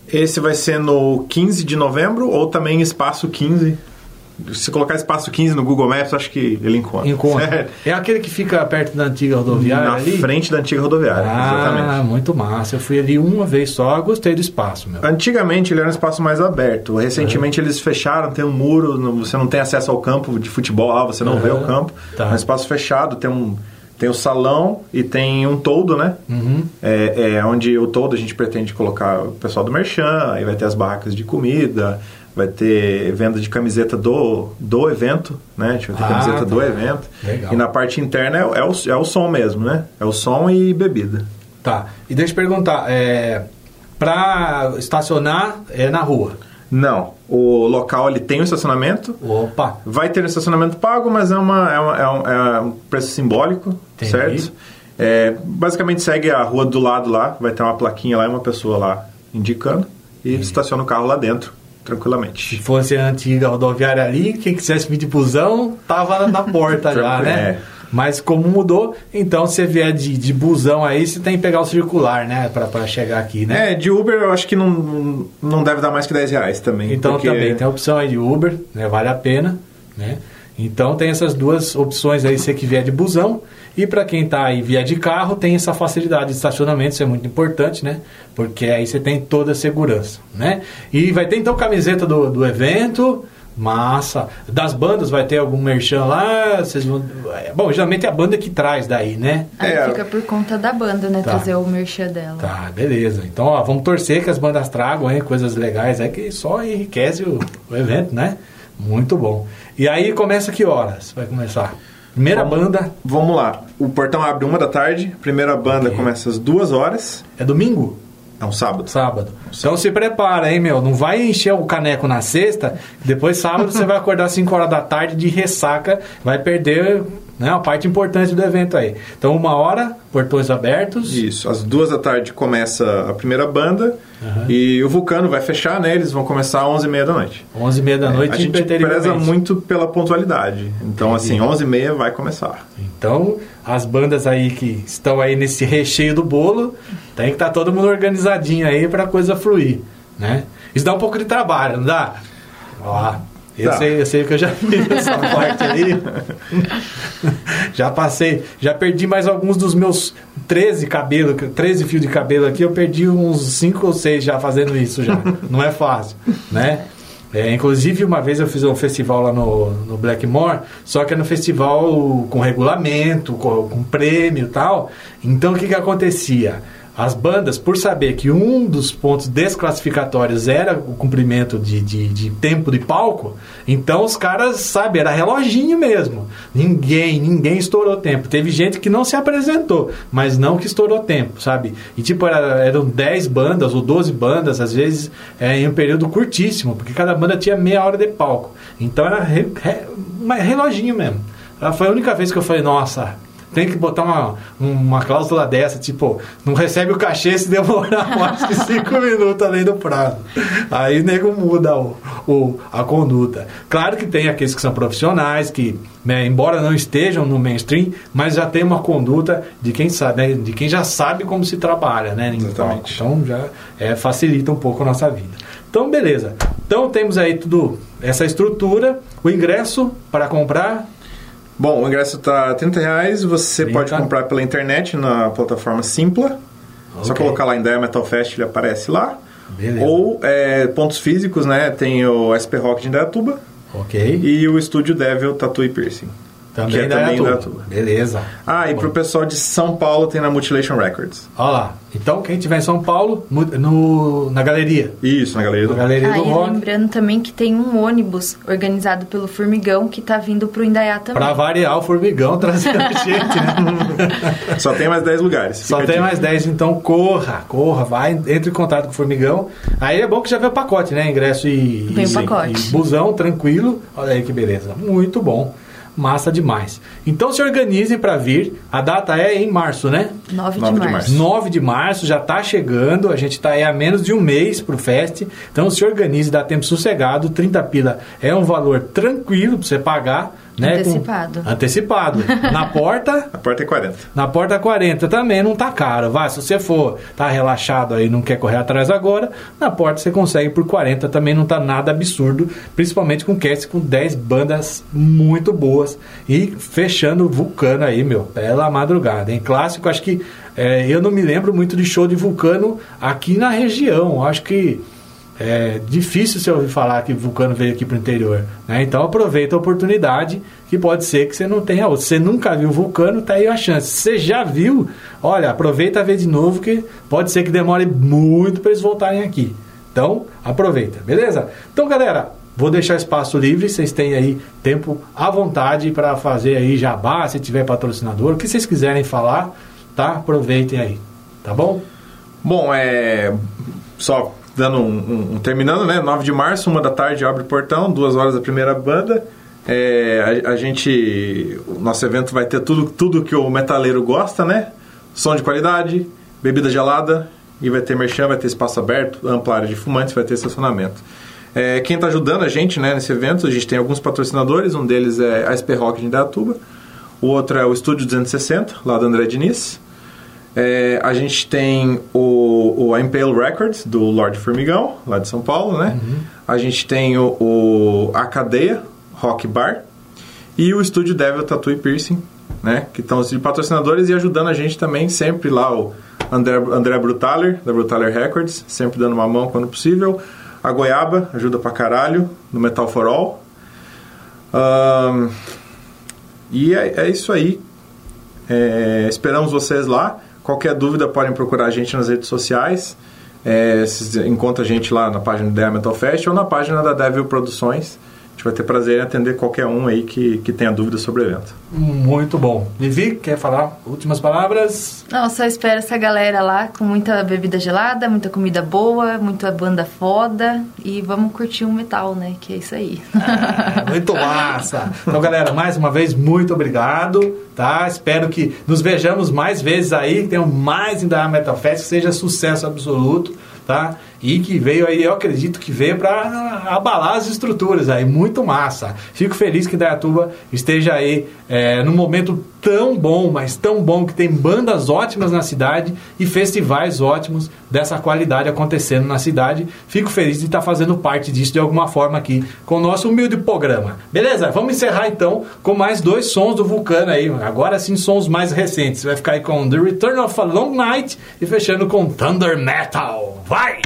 Esse vai ser no 15 de novembro ou também Espaço 15. Se colocar Espaço 15 no Google Maps, acho que ele encontra. É aquele que fica perto da antiga rodoviária na ali? Frente da antiga rodoviária, exatamente. Muito massa. Eu fui ali uma vez só, gostei do espaço, meu. Antigamente ele era um espaço mais aberto. Recentemente eles fecharam, tem um muro, você não tem acesso ao campo de futebol lá, você não vê o campo. É um espaço fechado, tem o salão e tem um toldo, né? Onde o toldo a gente pretende colocar o pessoal do merchan, aí vai ter as barracas de comida, vai ter venda de camiseta do evento, né? A gente vai ter camiseta do evento. Legal. E na parte interna é o som mesmo, né? É o som e bebida. Tá. E deixa eu perguntar, pra estacionar é na rua? Não. O local ele tem um estacionamento. Opa! Vai ter um estacionamento pago, mas é um preço simbólico, entendi. Certo? Basicamente segue a rua do lado lá, vai ter uma plaquinha lá e uma pessoa lá indicando e estaciona o carro lá dentro, tranquilamente. Se fosse a antiga rodoviária ali, quem quisesse vir de busão, tava na porta já, né? Mas como mudou, então se você vier de busão aí, você tem que pegar o circular, né? Pra chegar aqui, né? De Uber eu acho que não deve dar mais que R$10 também. Então porque... também tem a opção aí de Uber, né? Vale a pena, né? Então tem essas duas opções aí, você que vier de busão. E para quem tá aí via de carro, tem essa facilidade de estacionamento, isso é muito importante, né? Porque aí você tem toda a segurança, né? E vai ter então camiseta do evento... Massa. Das bandas vai ter algum merchan lá? Vocês vão... Bom, geralmente é a banda que traz daí, né? Aí fica por conta da banda, né? Trazer o merchan dela. Tá, beleza. Então, ó, vamos torcer que as bandas tragam aí coisas legais aí que só enriquece o evento, né? Muito bom. E aí começa que horas? Vai começar? Primeira banda... Vamos lá. O portão abre 1h, primeira banda começa às 2h. É domingo? É um sábado. Sábado. Então se prepara, hein, meu? Não vai encher o caneco na sexta, depois sábado você vai acordar às 5 horas da tarde de ressaca, vai perder, né, a parte importante do evento aí. Então 1h, portões abertos. Isso. Às 2h começa a primeira banda e o Vulcano vai fechar, né? Eles vão começar às 11h30. 11h30 a gente preza muito pela pontualidade. Então, assim, 11h30 vai começar. Então, as bandas aí que estão aí nesse recheio do bolo, tem que estar todo mundo organizadinho aí pra coisa fluir, né? Isso dá um pouco de trabalho, não dá? Ó, eu sei que eu já fiz essa parte ali. Já passei, já perdi mais alguns dos meus 13 fios de cabelo aqui, eu perdi uns 5 ou 6 já fazendo isso já. Não é fácil, né? Inclusive, uma vez eu fiz um festival lá no Blackmore, só que era um festival com regulamento, com prêmio e tal. Então, o que acontecia? As bandas, por saber que um dos pontos desclassificatórios era o cumprimento de tempo de palco, então os caras, sabe, era reloginho mesmo. Ninguém estourou tempo. Teve gente que não se apresentou, mas não que estourou tempo, sabe? E tipo, eram 10 bandas ou 12 bandas, às vezes, em um período curtíssimo, porque cada banda tinha meia hora de palco. Então era reloginho mesmo. Foi a única vez que eu falei, nossa... Tem que botar uma cláusula dessa, tipo, não recebe o cachê se demorar mais que 5 minutos além do prazo. Aí o nego muda a conduta. Claro que tem aqueles que são profissionais, que, né, embora não estejam no mainstream, mas já tem uma conduta de quem sabe, né, de quem já sabe como se trabalha, né? Exatamente. Então já facilita um pouco a nossa vida. Então, beleza. Então temos aí tudo, essa estrutura, o ingresso para comprar. Bom, o ingresso está R$30, você pode comprar pela internet na plataforma Simpla. Só colocar lá em Dia Metal Fest, ele aparece lá. Beleza. Ou pontos físicos, né? Tem o SP Rock de Indaiatuba. Ok. E o Estúdio Devil Tattoo e Piercing. Também que também Indaiatuba. Beleza. E pro pessoal de São Paulo tem na Mutilation Records. Olha lá. Então, quem estiver em São Paulo, na galeria. Isso, na galeria do Rock. Lembrando também que tem um ônibus organizado pelo Formigão que tá vindo pro Indaiá também. Pra variar, o Formigão trazendo a gente, né? Só tem mais 10 lugares. Só tem mais 10, então corra, vai, entre em contato com o Formigão. Aí é bom que já vê o pacote, né? Ingresso e busão, tranquilo. Olha aí que beleza. Muito bom. Massa demais. Então se organizem para vir. A data é em março, né? 9 de março. 9 de março, já tá chegando, a gente tá aí a menos de um mês pro Fest, então se organize, dá tempo sossegado, 30 pila é um valor tranquilo pra você pagar, né? Antecipado. Na porta... A porta é 40. Na porta 40 também não tá caro, vai, se você for, tá relaxado aí, não quer correr atrás agora, na porta você consegue por 40, também não tá nada absurdo, principalmente com cast com 10 bandas muito boas e fechando Vulcano aí, meu, pela madrugada, hein? Clássico, acho que eu não me lembro muito de show de Vulcano aqui na região, acho que é difícil você ouvir falar que Vulcano veio aqui pro interior, né? Então aproveita a oportunidade, que pode ser que você não tenha outra. Se você nunca viu Vulcano, tá aí a chance. Se você já viu, olha, aproveita a ver de novo, que pode ser que demore muito para eles voltarem aqui. Então, aproveita, beleza? Então, galera, vou deixar espaço livre, vocês têm aí tempo à vontade para fazer aí jabá, se tiver patrocinador, o que vocês quiserem falar, tá? Aproveitem aí, tá bom? Bom, só dando terminando, né? 9 de março, 1 da tarde, abre o portão, 2 horas a primeira banda. O nosso evento vai ter tudo que o metaleiro gosta, né? Som de qualidade, bebida gelada, e vai ter merchan, vai ter espaço aberto, ampla área de fumantes, vai ter estacionamento. Quem está ajudando a gente, né, nesse evento, a gente tem alguns patrocinadores, um deles é a SP Rock de Indaiatuba, o outro é o Estúdio 260, lá do André Diniz. A gente tem a Impale Records, do Lorde Formigão, lá de São Paulo, né? Uhum. A gente tem a Cadeia Rock Bar e o Estúdio Devil Tattoo e Piercing, né? Que estão de patrocinadores e ajudando a gente também sempre lá, o André Brutaler, da Brutaler Records, sempre dando uma mão quando possível. A Goiaba ajuda pra caralho no Metal for All. E é isso aí. Esperamos vocês lá. Qualquer dúvida podem procurar a gente nas redes sociais. Vocês encontram a gente lá na página da Metal Fest ou na página da Devil Produções. A gente vai ter prazer em atender qualquer um aí que tenha dúvida sobre o evento. Muito bom. Vivi, quer falar últimas palavras? Não, só espero essa galera lá com muita bebida gelada, muita comida boa, muita banda foda e vamos curtir um metal, né? Que é isso aí. Muito massa! Então, galera, mais uma vez, muito obrigado, tá? Espero que nos vejamos mais vezes aí, que tenham mais Indaiá Metal Fest, que seja sucesso absoluto, tá? E que veio aí, eu acredito que veio para abalar as estruturas aí, muito massa. Fico feliz que Indaiatuba esteja aí num momento tão bom, mas tão bom, que tem bandas ótimas na cidade e festivais ótimos dessa qualidade acontecendo na cidade. Fico feliz de estar fazendo parte disso de alguma forma aqui com o nosso humilde programa. Beleza? Vamos encerrar então com mais 2 sons do Vulcano aí. Agora sim, sons mais recentes. Vai ficar aí com The Return of a Long Night e fechando com Thunder Metal. Vai!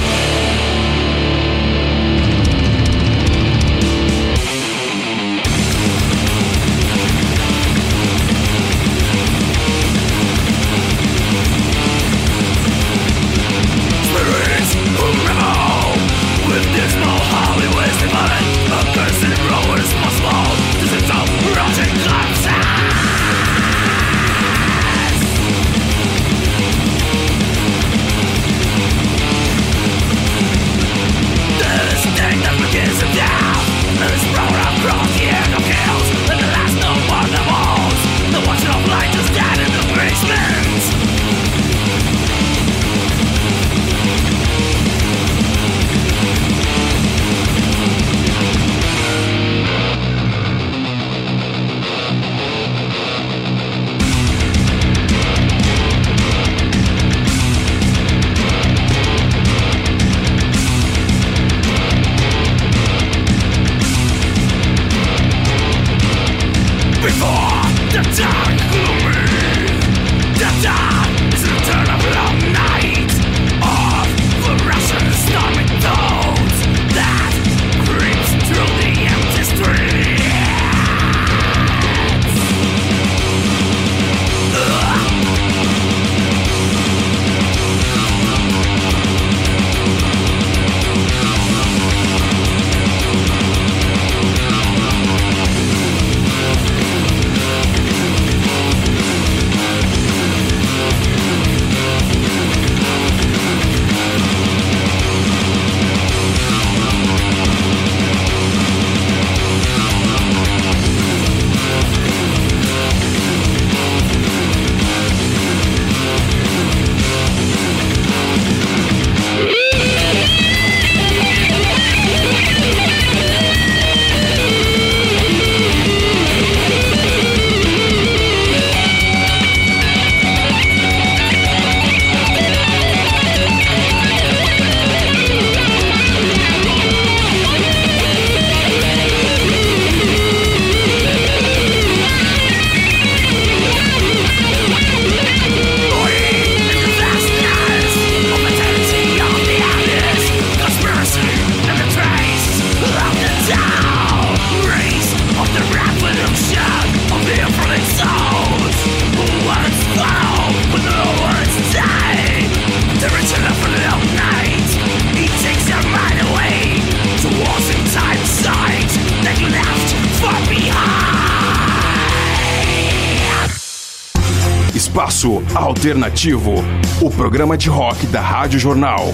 Espaço Alternativo, o programa de rock da Rádio Jornal.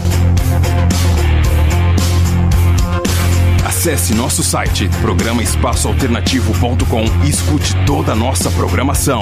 Acesse nosso site, programaespaçoalternativo.com e escute toda a nossa programação.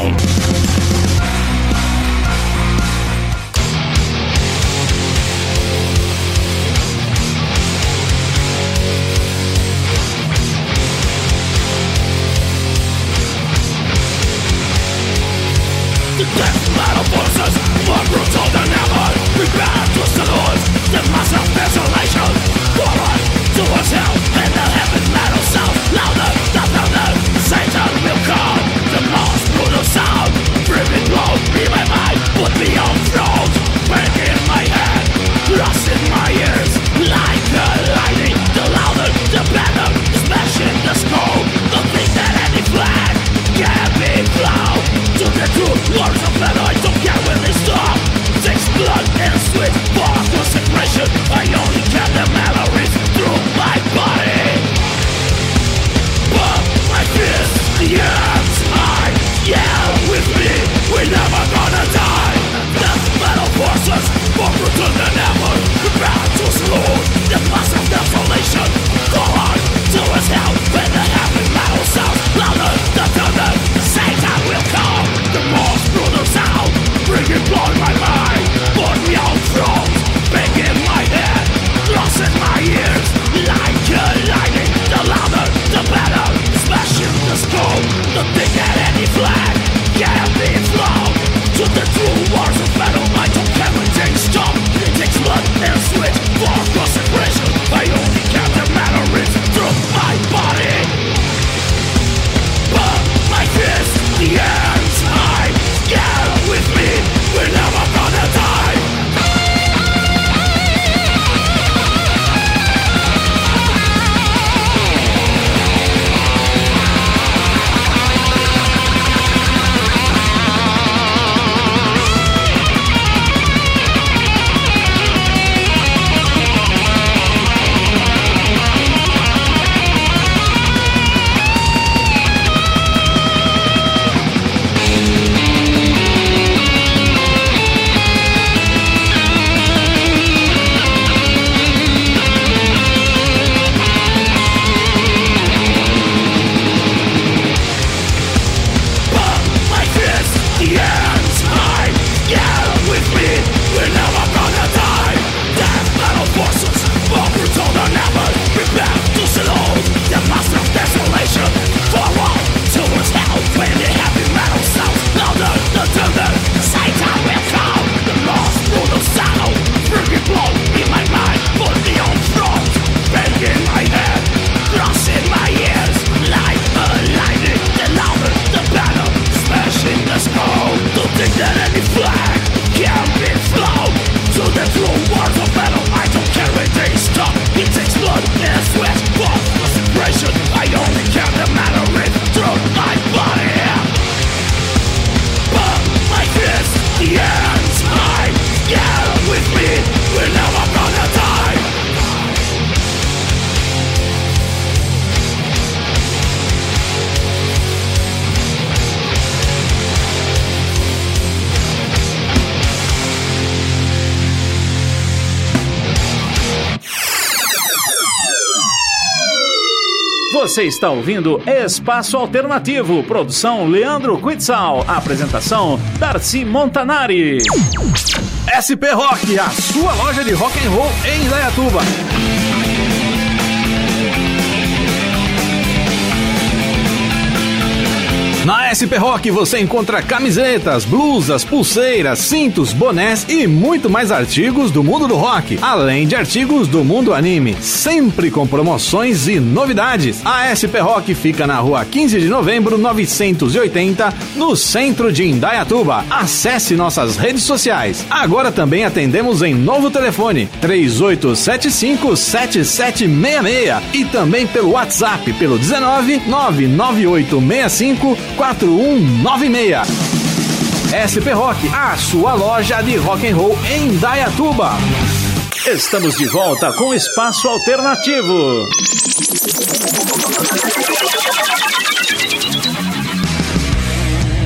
Você está ouvindo Espaço Alternativo, produção Leandro Quitzal, apresentação Darcy Montanari. SP Rock, a sua loja de rock and roll em Indaiatuba. Na SP Rock você encontra camisetas, blusas, pulseiras, cintos, bonés e muito mais artigos do mundo do rock, além de artigos do mundo anime, sempre com promoções e novidades. A SP Rock fica na rua 15 de novembro, 980, no centro de Indaiatuba. Acesse nossas redes sociais. Agora também atendemos em novo telefone, 3875-7766 e também pelo WhatsApp, pelo 19-99865-4196. SP Rock, a sua loja de rock and roll em Indaiatuba. Estamos de volta com Espaço Alternativo.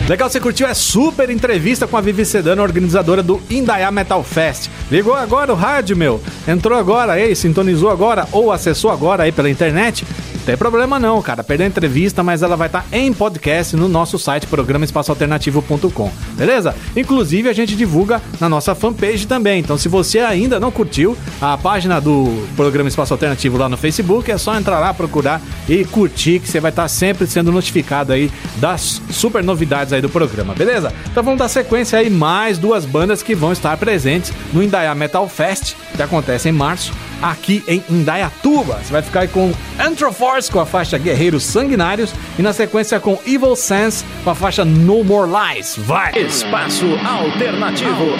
Legal, você curtiu? É super entrevista com a Vivi Sedano, organizadora do Indaiá Metal Fest. Ligou agora o rádio, meu? Entrou agora aí, sintonizou agora ou acessou agora aí pela internet? Não tem problema não, cara. Perdeu a entrevista, mas ela vai estar em podcast no nosso site, programaespaçoalternativo.com. Beleza? Inclusive, a gente divulga na nossa fanpage também. Então, se você ainda não curtiu a página do Programa Espaço Alternativo lá no Facebook, é só entrar lá, procurar e curtir, que você vai estar sempre sendo notificado aí das super novidades aí do programa, beleza? Então vamos dar sequência aí, mais 2 bandas que vão estar presentes no Indaiá Metal Fest, que acontece em março, aqui em Indaiatuba. Você vai ficar aí com Anthroforce com a faixa Guerreiros Sanguinários e na sequência com Evil Sense com a faixa No More Lies. Vai! Espaço Alternativo.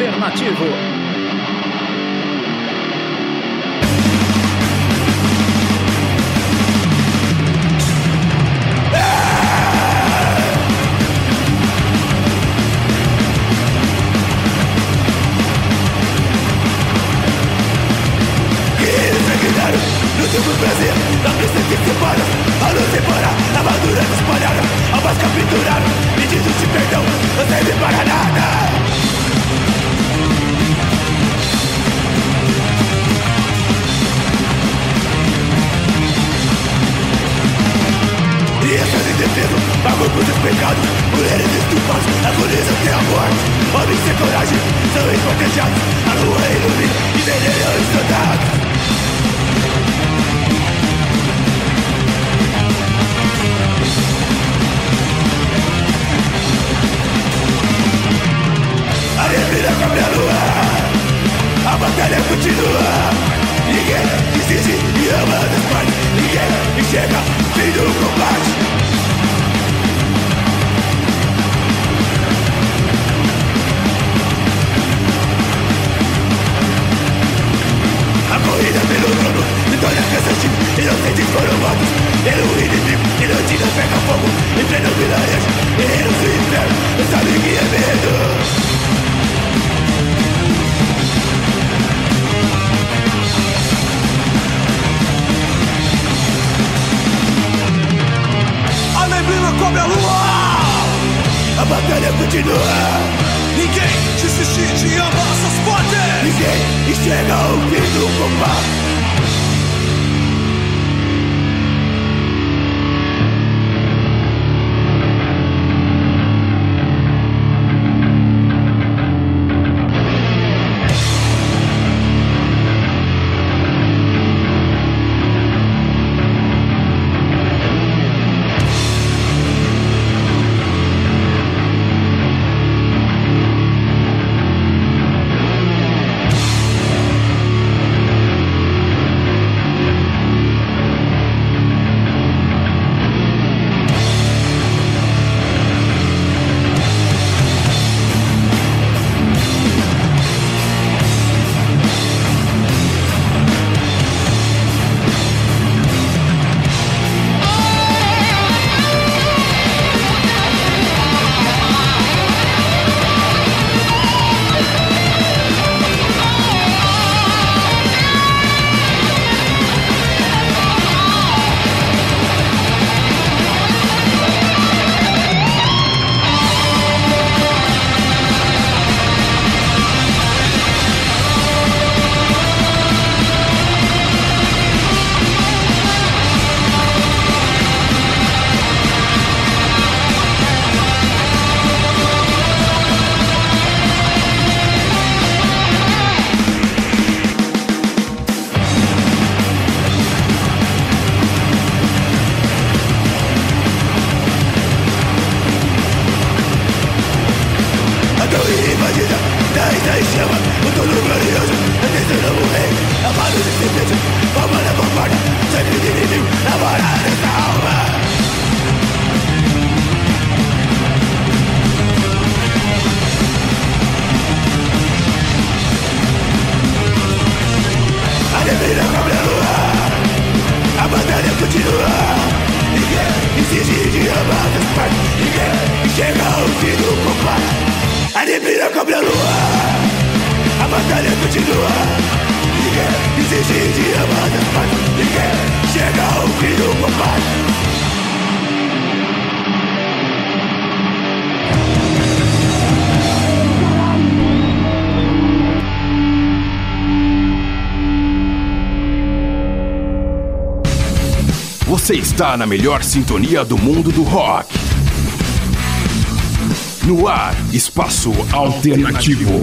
Prazer, na presença que separa, a luz separa, a madura espalhada, a máscara pendurada, pedindo de perdão, não serve para nada. E essas indefesas pagam por seus pecados, mulheres estupadas, agonizam até a morte. Homens sem coragem, são esquartejados, a lua ilumina e veneram os soldados. A neblina cobre a lua, a batalha continua. Ninguém desiste e ama das partes, ninguém enxerga o fim do combate. A corrida pelo trono, vitória cansativa, inocentes foram mortos pelo inimigo, Irantina pega fogo, em pleno vilarejo, guerreiros do inferno, não sabem o que é medo. A neblina cobre a lua, a batalha continua. Ninguém desiste de amar suas partes, ninguém enxerga o fim do combate. Você está na melhor sintonia do mundo do rock. No ar, Espaço Alternativo.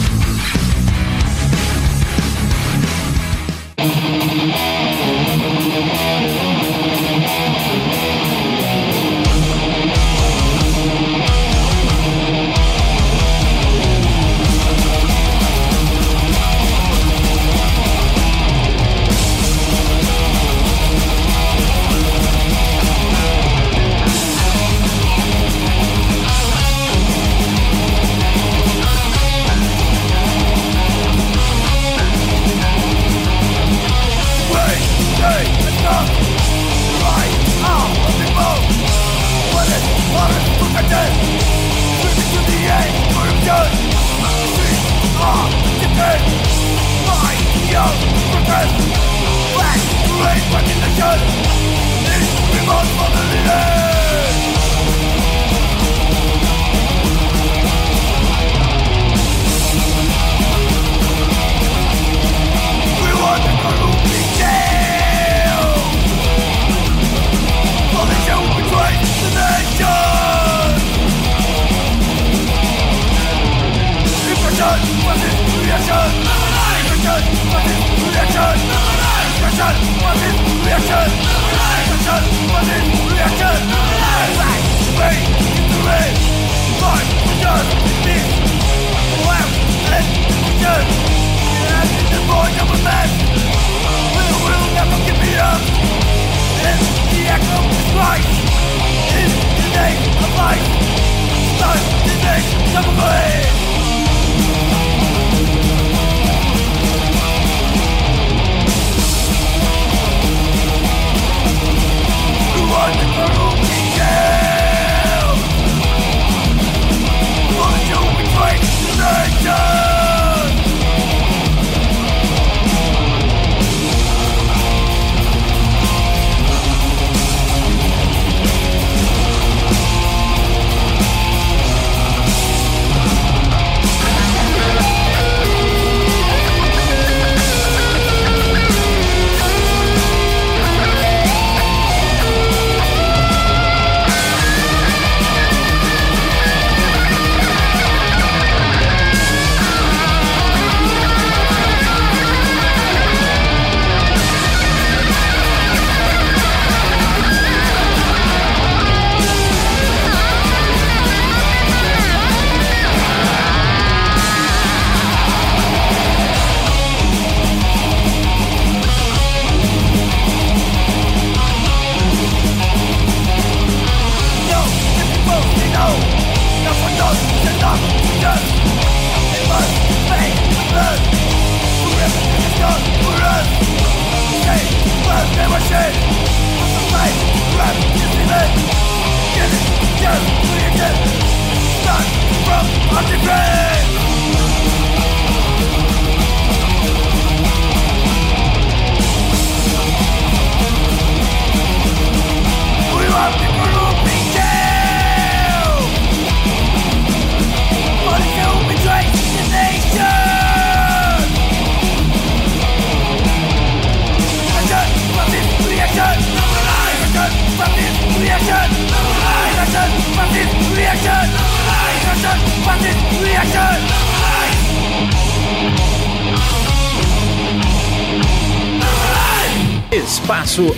Espaço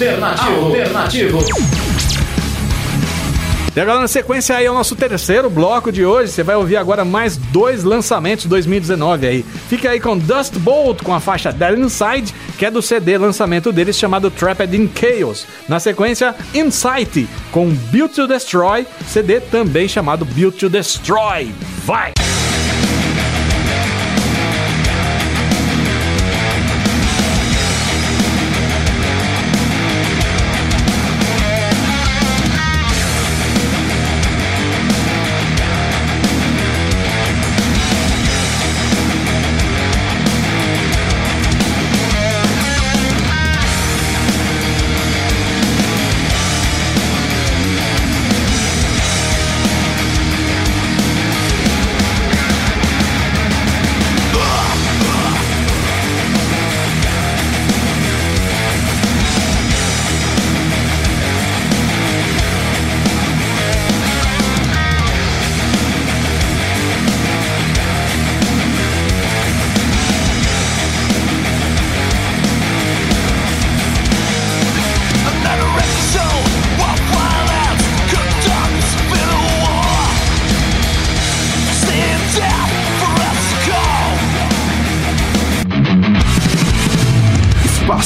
Alternativo. E agora na sequência aí é o nosso terceiro bloco de hoje. Você vai ouvir agora mais 2 lançamentos 2019 aí. Fica aí com Dust Bolt com a faixa Dead Inside, que é do CD lançamento deles chamado Trapped in Chaos. Na sequência, Insight com Built to Destroy, CD também chamado Built to Destroy. Vai!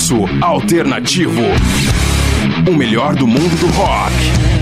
Espaço Alternativo. O melhor do mundo do rock.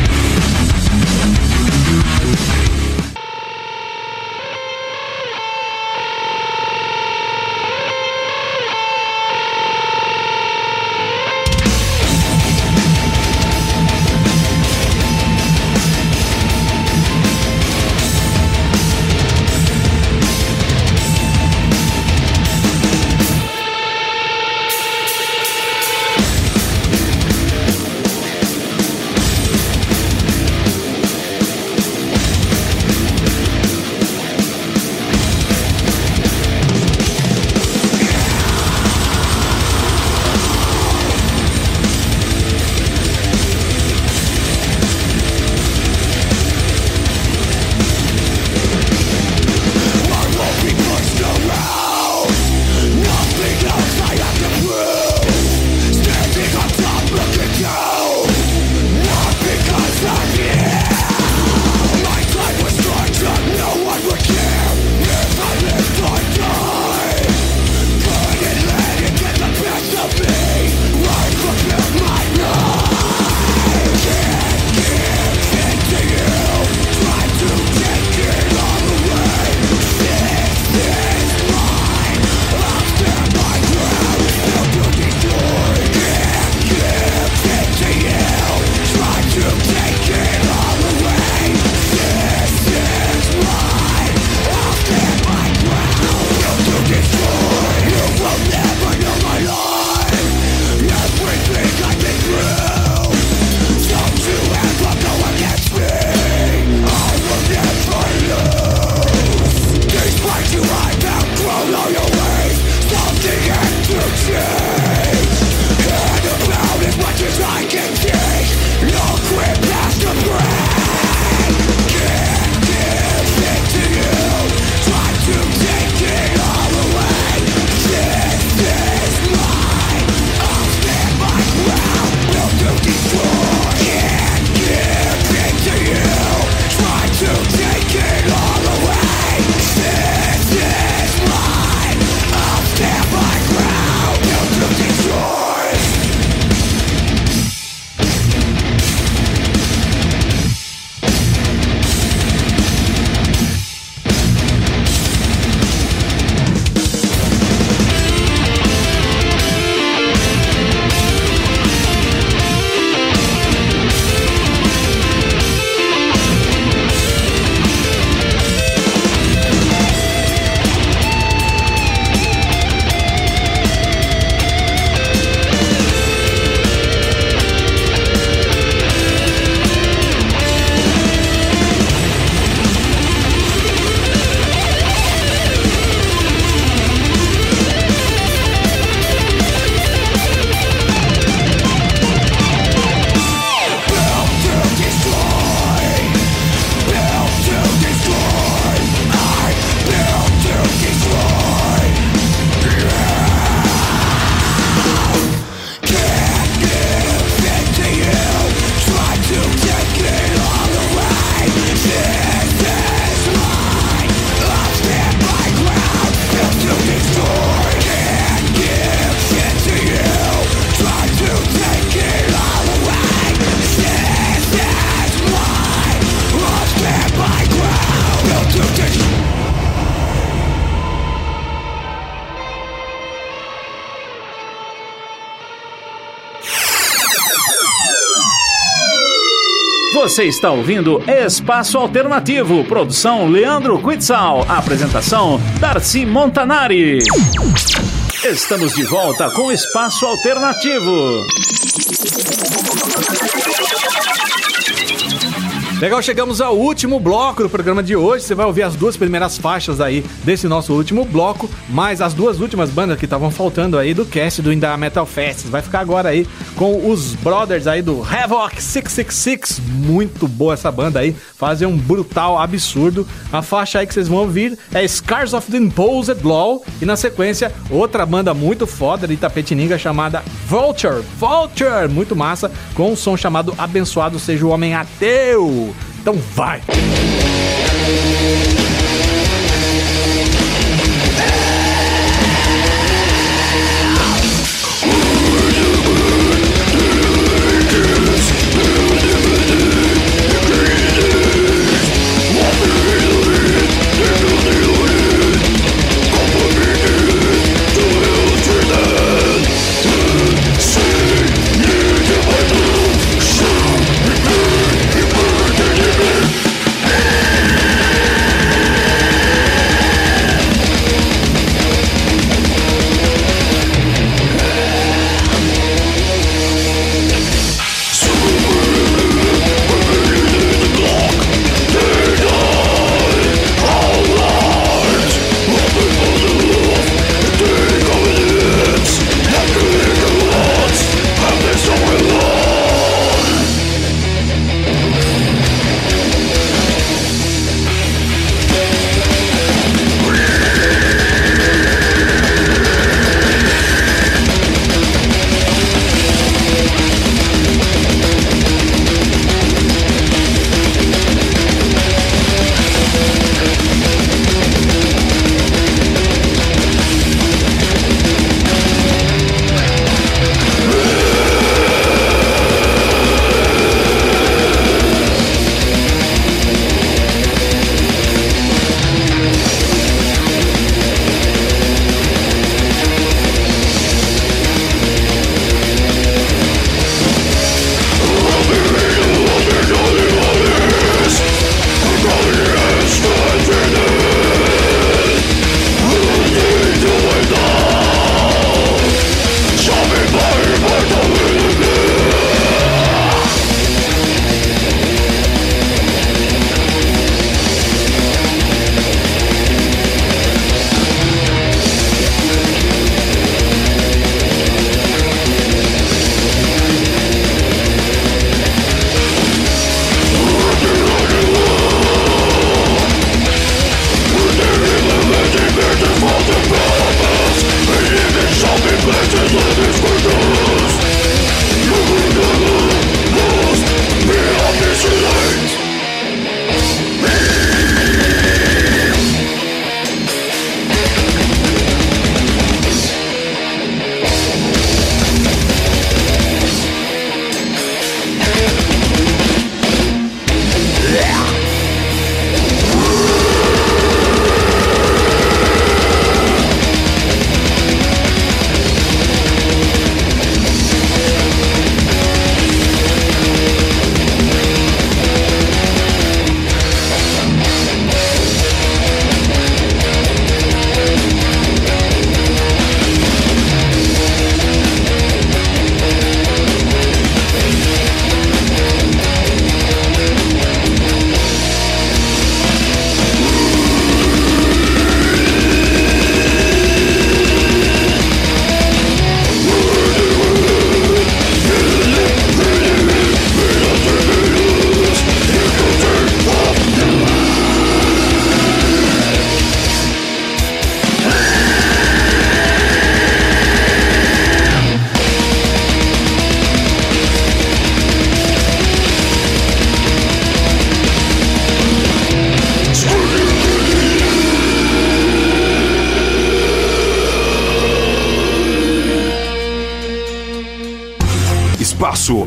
Você está ouvindo Espaço Alternativo, produção Leandro Quitzal, apresentação Darcy Montanari. Estamos de volta com Espaço Alternativo. Legal, chegamos ao último bloco do programa de hoje. Você vai ouvir as duas primeiras faixas aí desse nosso último bloco, mais as duas últimas bandas que estavam faltando aí do cast do Indie Metal Fest. Vai ficar agora aí com os brothers aí do Havoc 666. Muito boa essa banda aí, fazem um brutal absurdo. A faixa aí que vocês vão ouvir é Scars of the Imposed Law. E na sequência, outra banda muito foda de Itapetininga chamada Vulture. Vulture, muito massa, com um som chamado Abençoado Seja o Homem Ateu. Então vai!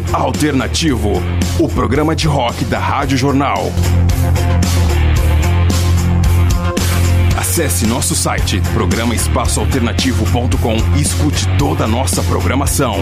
Alternativo, o programa de rock da Rádio Jornal. Acesse nosso site, programaespaçoalternativo.com e escute toda a nossa programação.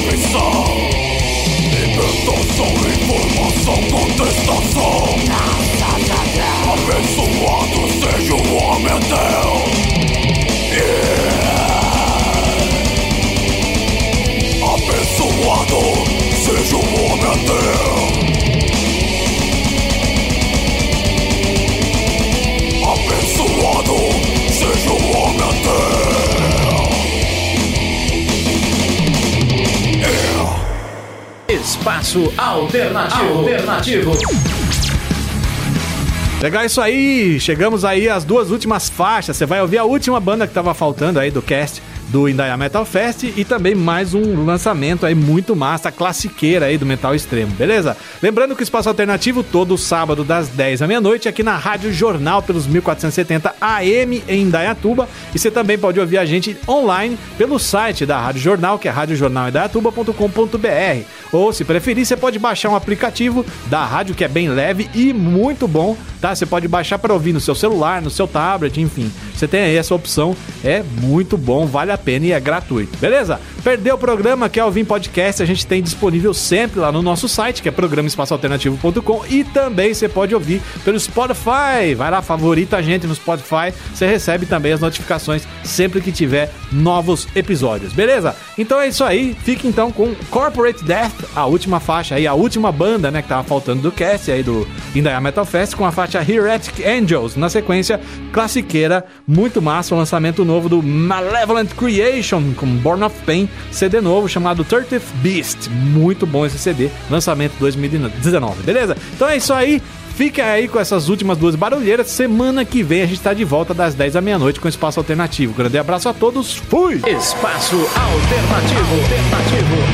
Contestação Abençoado seja o homem ateu. Abençoado seja o homem ateu. Abençoado seja o homem ateu. Espaço Alternativo. Legal isso aí, chegamos aí às duas últimas faixas. Você vai ouvir a última banda que tava faltando aí do cast do Indaiá Metal Fest e também mais um lançamento aí muito massa, classiqueira aí do metal extremo, beleza? Lembrando que o Espaço Alternativo todo sábado das 10 à meia-noite aqui na Rádio Jornal pelos 1470 AM em Indaiatuba, e você também pode ouvir a gente online pelo site da Rádio Jornal, que é radiojornalindaiatuba.com.br, ou se preferir, você pode baixar um aplicativo da rádio que é bem leve e muito bom, tá? Você pode baixar para ouvir no seu celular, no seu tablet, enfim, você tem aí essa opção, é muito bom, vale a pena e é gratuito, beleza? Perdeu o programa, quer ouvir em podcast, a gente tem disponível sempre lá no nosso site, que é programaespaçoalternativo.com, e também você pode ouvir pelo Spotify, vai lá, favorita a gente no Spotify, você recebe também as notificações sempre que tiver novos episódios, beleza? Então é isso aí, fique então com Corporate Death, a última faixa aí, a última banda, né, que tava faltando do cast aí do Indaiá Metal Fest, com a faixa Heretic Angels, na sequência, classiqueira, muito massa, o lançamento novo do Malevolent Creation, com Born of Pain, CD novo chamado 30th Beast, muito bom esse CD, lançamento 2019, beleza? Então é isso aí, fica aí com essas últimas duas barulheiras, semana que vem a gente tá de volta das 10 à meia-noite com o Espaço Alternativo. Grande abraço a todos, fui! Espaço Alternativo.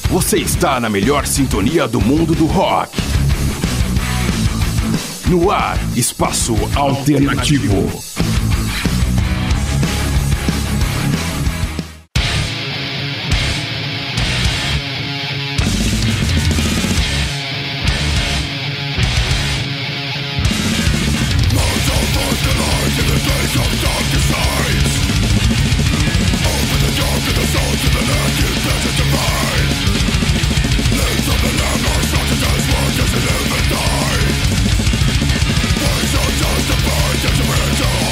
Você está na melhor sintonia do mundo do rock. No ar, Espaço Alternativo. Just a bird, just a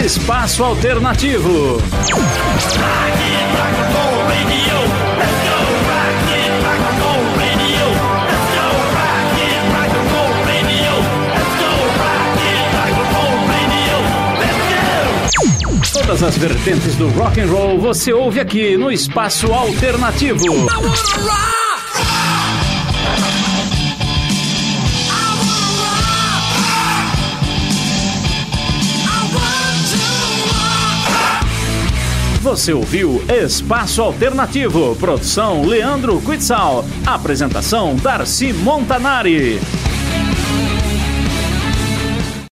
Espaço Alternativo. Todas as vertentes do rock and roll você ouve aqui no Espaço Alternativo. Você ouviu Espaço Alternativo, produção Leandro Quitzal, apresentação Darcy Montanari.